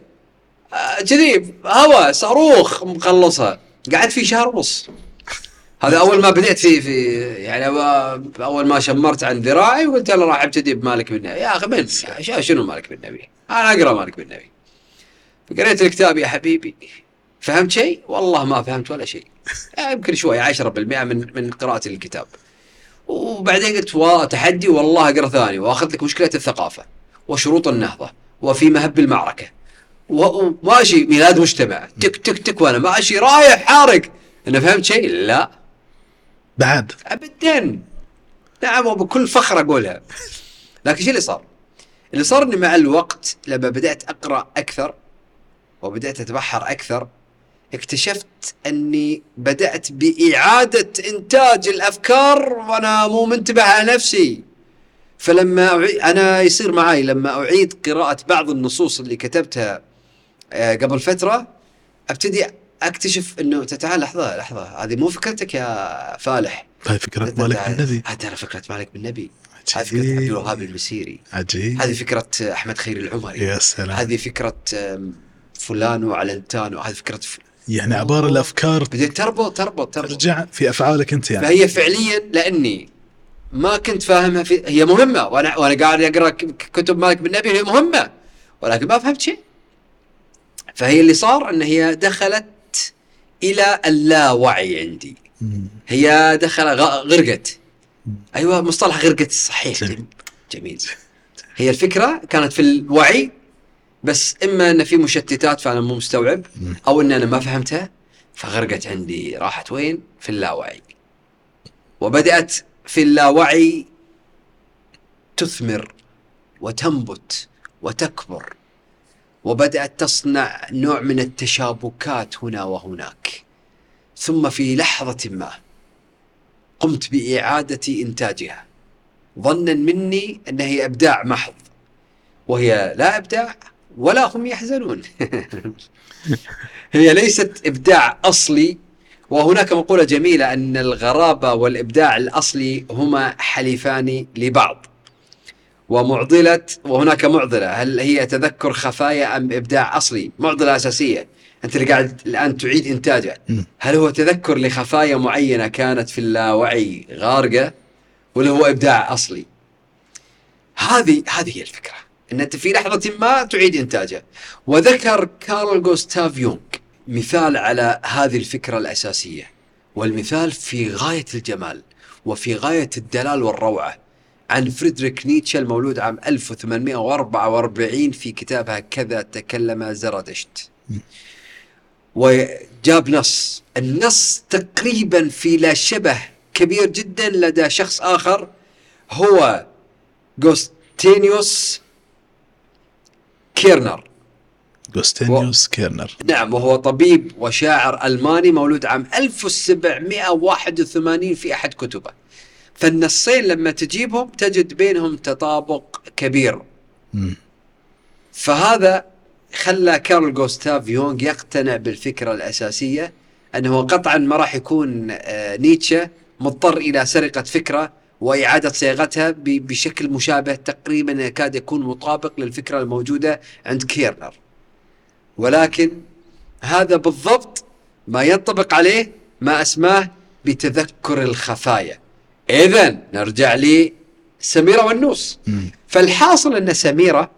كذي هوا صاروخ مخلصها. قعدت في شهر ونص. هذا أول ما بديت في يعني أول ما شمرت عن ذراعي وقلت أنا راح أبتدي بمالك بن نبي. يا أخي من شنو مالك بن نبي؟ أنا أقرأ مالك بن نبي. فقريت الكتاب يا حبيبي، فهمت شيء؟ والله ما فهمت ولا شيء. يمكن شوي 10% من قراءة الكتاب. وبعدين قلت تحدي والله أقرأ ثاني وأخذ لك مشكلة الثقافة وشروط النهضة وفي مهب المعركة وماشي ميلاد مجتمع تك تك تك، وأنا ماشي رايح حارق. أنا فهمت شيء؟ لا بعد أبدا. نعم، وبكل فخر أقولها. لكن شو اللي صار؟ اللي صار إني مع الوقت لما بدأت أقرأ أكثر وبدأت أتبحر أكثر، اكتشفت أني بدأت بإعادة إنتاج الأفكار وأنا مو منتبه على نفسي. فلما أنا يصير معي لما أعيد قراءة بعض النصوص اللي كتبتها قبل فترة، أبتدي أكتشف أنه تعال لحظة هذه مو فكرتك يا فالح، هذه فكرة مالك بن نبي. هذه فكرة مالك بن نبي. هذه فكرة عبد الوهاب المسيري. عجيب. هذه فكرة أحمد خير العمري. يا سلام. هذه فكرة فلان وعلنتان، وهذه فكرة يعني عبارة الأفكار بدأت تربط ترجع في أفعالك أنت يعني. فهي فعليا لأني ما كنت فاهمها هي مهمة، وأنا قاعد أقرأ كتب مالك بن نبي هي مهمة ولكن ما فهمت شيء. فهي اللي صار أن هي دخلت إلى اللاوعي عندي. هي غرقت. أيوة، مصطلح غرقت صحيح. جميل. هي الفكرة كانت في الوعي، بس إما أن في مشتتات فأنا مو مستوعب، أو أن أنا ما فهمتها فغرقت عندي. راحت وين؟ في اللاوعي. وبدأت في اللاوعي تثمر وتنبت وتكبر، وبدأت تصنع نوع من التشابكات هنا وهناك. ثم في لحظة ما قمت بإعادة إنتاجها ظنا مني أنها هي إبداع محض، وهي لا إبداع ولا هم يحزنون. هي ليست إبداع أصلي. وهناك مقولة جميلة أن الغرابة والإبداع الأصلي هما حليفان لبعض، وهناك معضلة، هل هي تذكر خفايا أم إبداع أصلي؟ معضلة أساسية أنت اللي قاعد الآن تعيد إنتاجه. هل هو تذكر لخفايا معينة كانت في اللاوعي غارقة، ولا هو إبداع أصلي؟ هذه هي الفكرة، أن أنت في لحظة ما تعيد إنتاجه. وذكر كارل غوستاف يونغ مثال على هذه الفكرة الأساسية، والمثال في غاية الجمال وفي غاية الدلال والروعة، عن فريدريك نيتشه المولود عام 1844 في كتابها كذا تكلم زرادشت. وجاب النص تقريبا في لا شبه كبير جدا لدى شخص آخر هو غوستينيوس كيرنر. نعم، وهو طبيب وشاعر ألماني مولود عام 1781 في أحد كتبه. فالنصين لما تجيبهم تجد بينهم تطابق كبير. فهذا خلى كارل غوستاف يونغ يقتنع بالفكرة الأساسية أنه قطعا ما راح يكون نيتشه مضطر إلى سرقة فكرة وإعادة صياغتها بشكل مشابه تقريبا يكاد يكون مطابق للفكرة الموجودة عند كيرنر، ولكن هذا بالضبط ما ينطبق عليه ما اسماه بتذكر الخفايا. إذن نرجع لسميرة والنوس. فالحاصل أن سميرة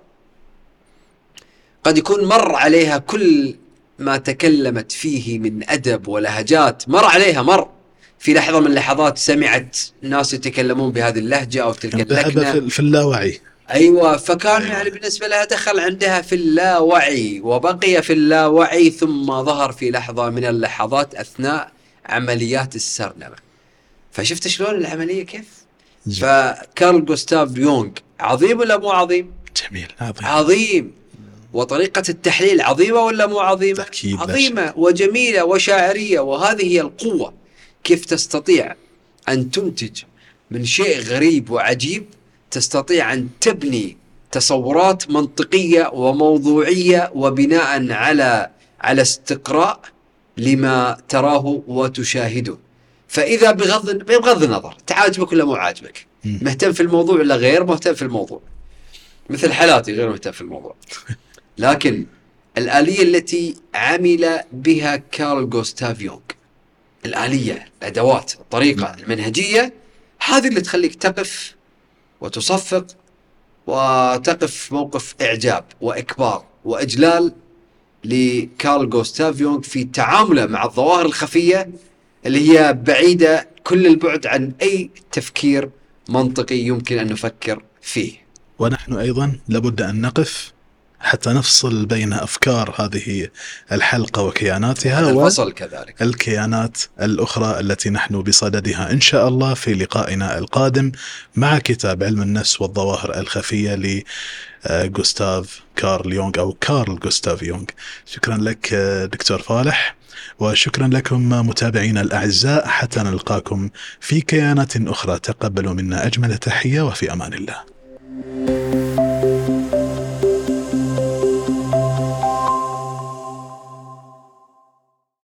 قد يكون مر عليها كل ما تكلمت فيه من أدب ولهجات، مر عليها في لحظة من اللحظات سمعت ناس يتكلمون بهذه اللهجة أو تلك اللكنة في اللاوعي. أيوة، فكان يعني بالنسبة لها دخل عندها في اللاوعي وبقي في اللاوعي، ثم ظهر في لحظة من اللحظات أثناء عمليات السرنمة. فشفت شلون العملية كيف؟ فكارل غوستاف يونغ عظيم ولا مو عظيم؟ جميل، عظيم. وطريقة التحليل عظيمة ولا مو عظيمة؟ عظيمة وجميلة وشاعرية. وهذه هي القوة، كيف تستطيع أن تنتج من شيء غريب وعجيب، تستطيع أن تبني تصورات منطقية وموضوعية وبناء على استقراء لما تراه وتشاهده. فإذا بغض النظر تعاجبك ولا مو عاجبك، مهتم في الموضوع ولا غير مهتم في الموضوع، مثل حالاتي غير مهتم في الموضوع، لكن الآلية التي عمل بها كارل غوستاف يونغ، الآلية، الأدوات، الطريقة، المنهجية، هذه اللي تخليك تقف وتصفق وتقف موقف إعجاب وإكبار وإجلال لكارل غوستاف يونغ في تعامله مع الظواهر الخفية اللي هي بعيدة كل البعد عن أي تفكير منطقي يمكن أن نفكر فيه. ونحن أيضا لابد أن نقف حتى نفصل بين أفكار هذه الحلقة وكياناتها كذلك الكيانات الأخرى التي نحن بصددها إن شاء الله في لقائنا القادم مع كتاب علم النفس والظواهر الخفية لغوستاف كارل يونغ أو كارل غوستاف يونغ. شكرا لك دكتور فالح، وشكرا لكم متابعينا الأعزاء، حتى نلقاكم في كيانات أخرى. تقبلوا منا أجمل تحية، وفي أمان الله.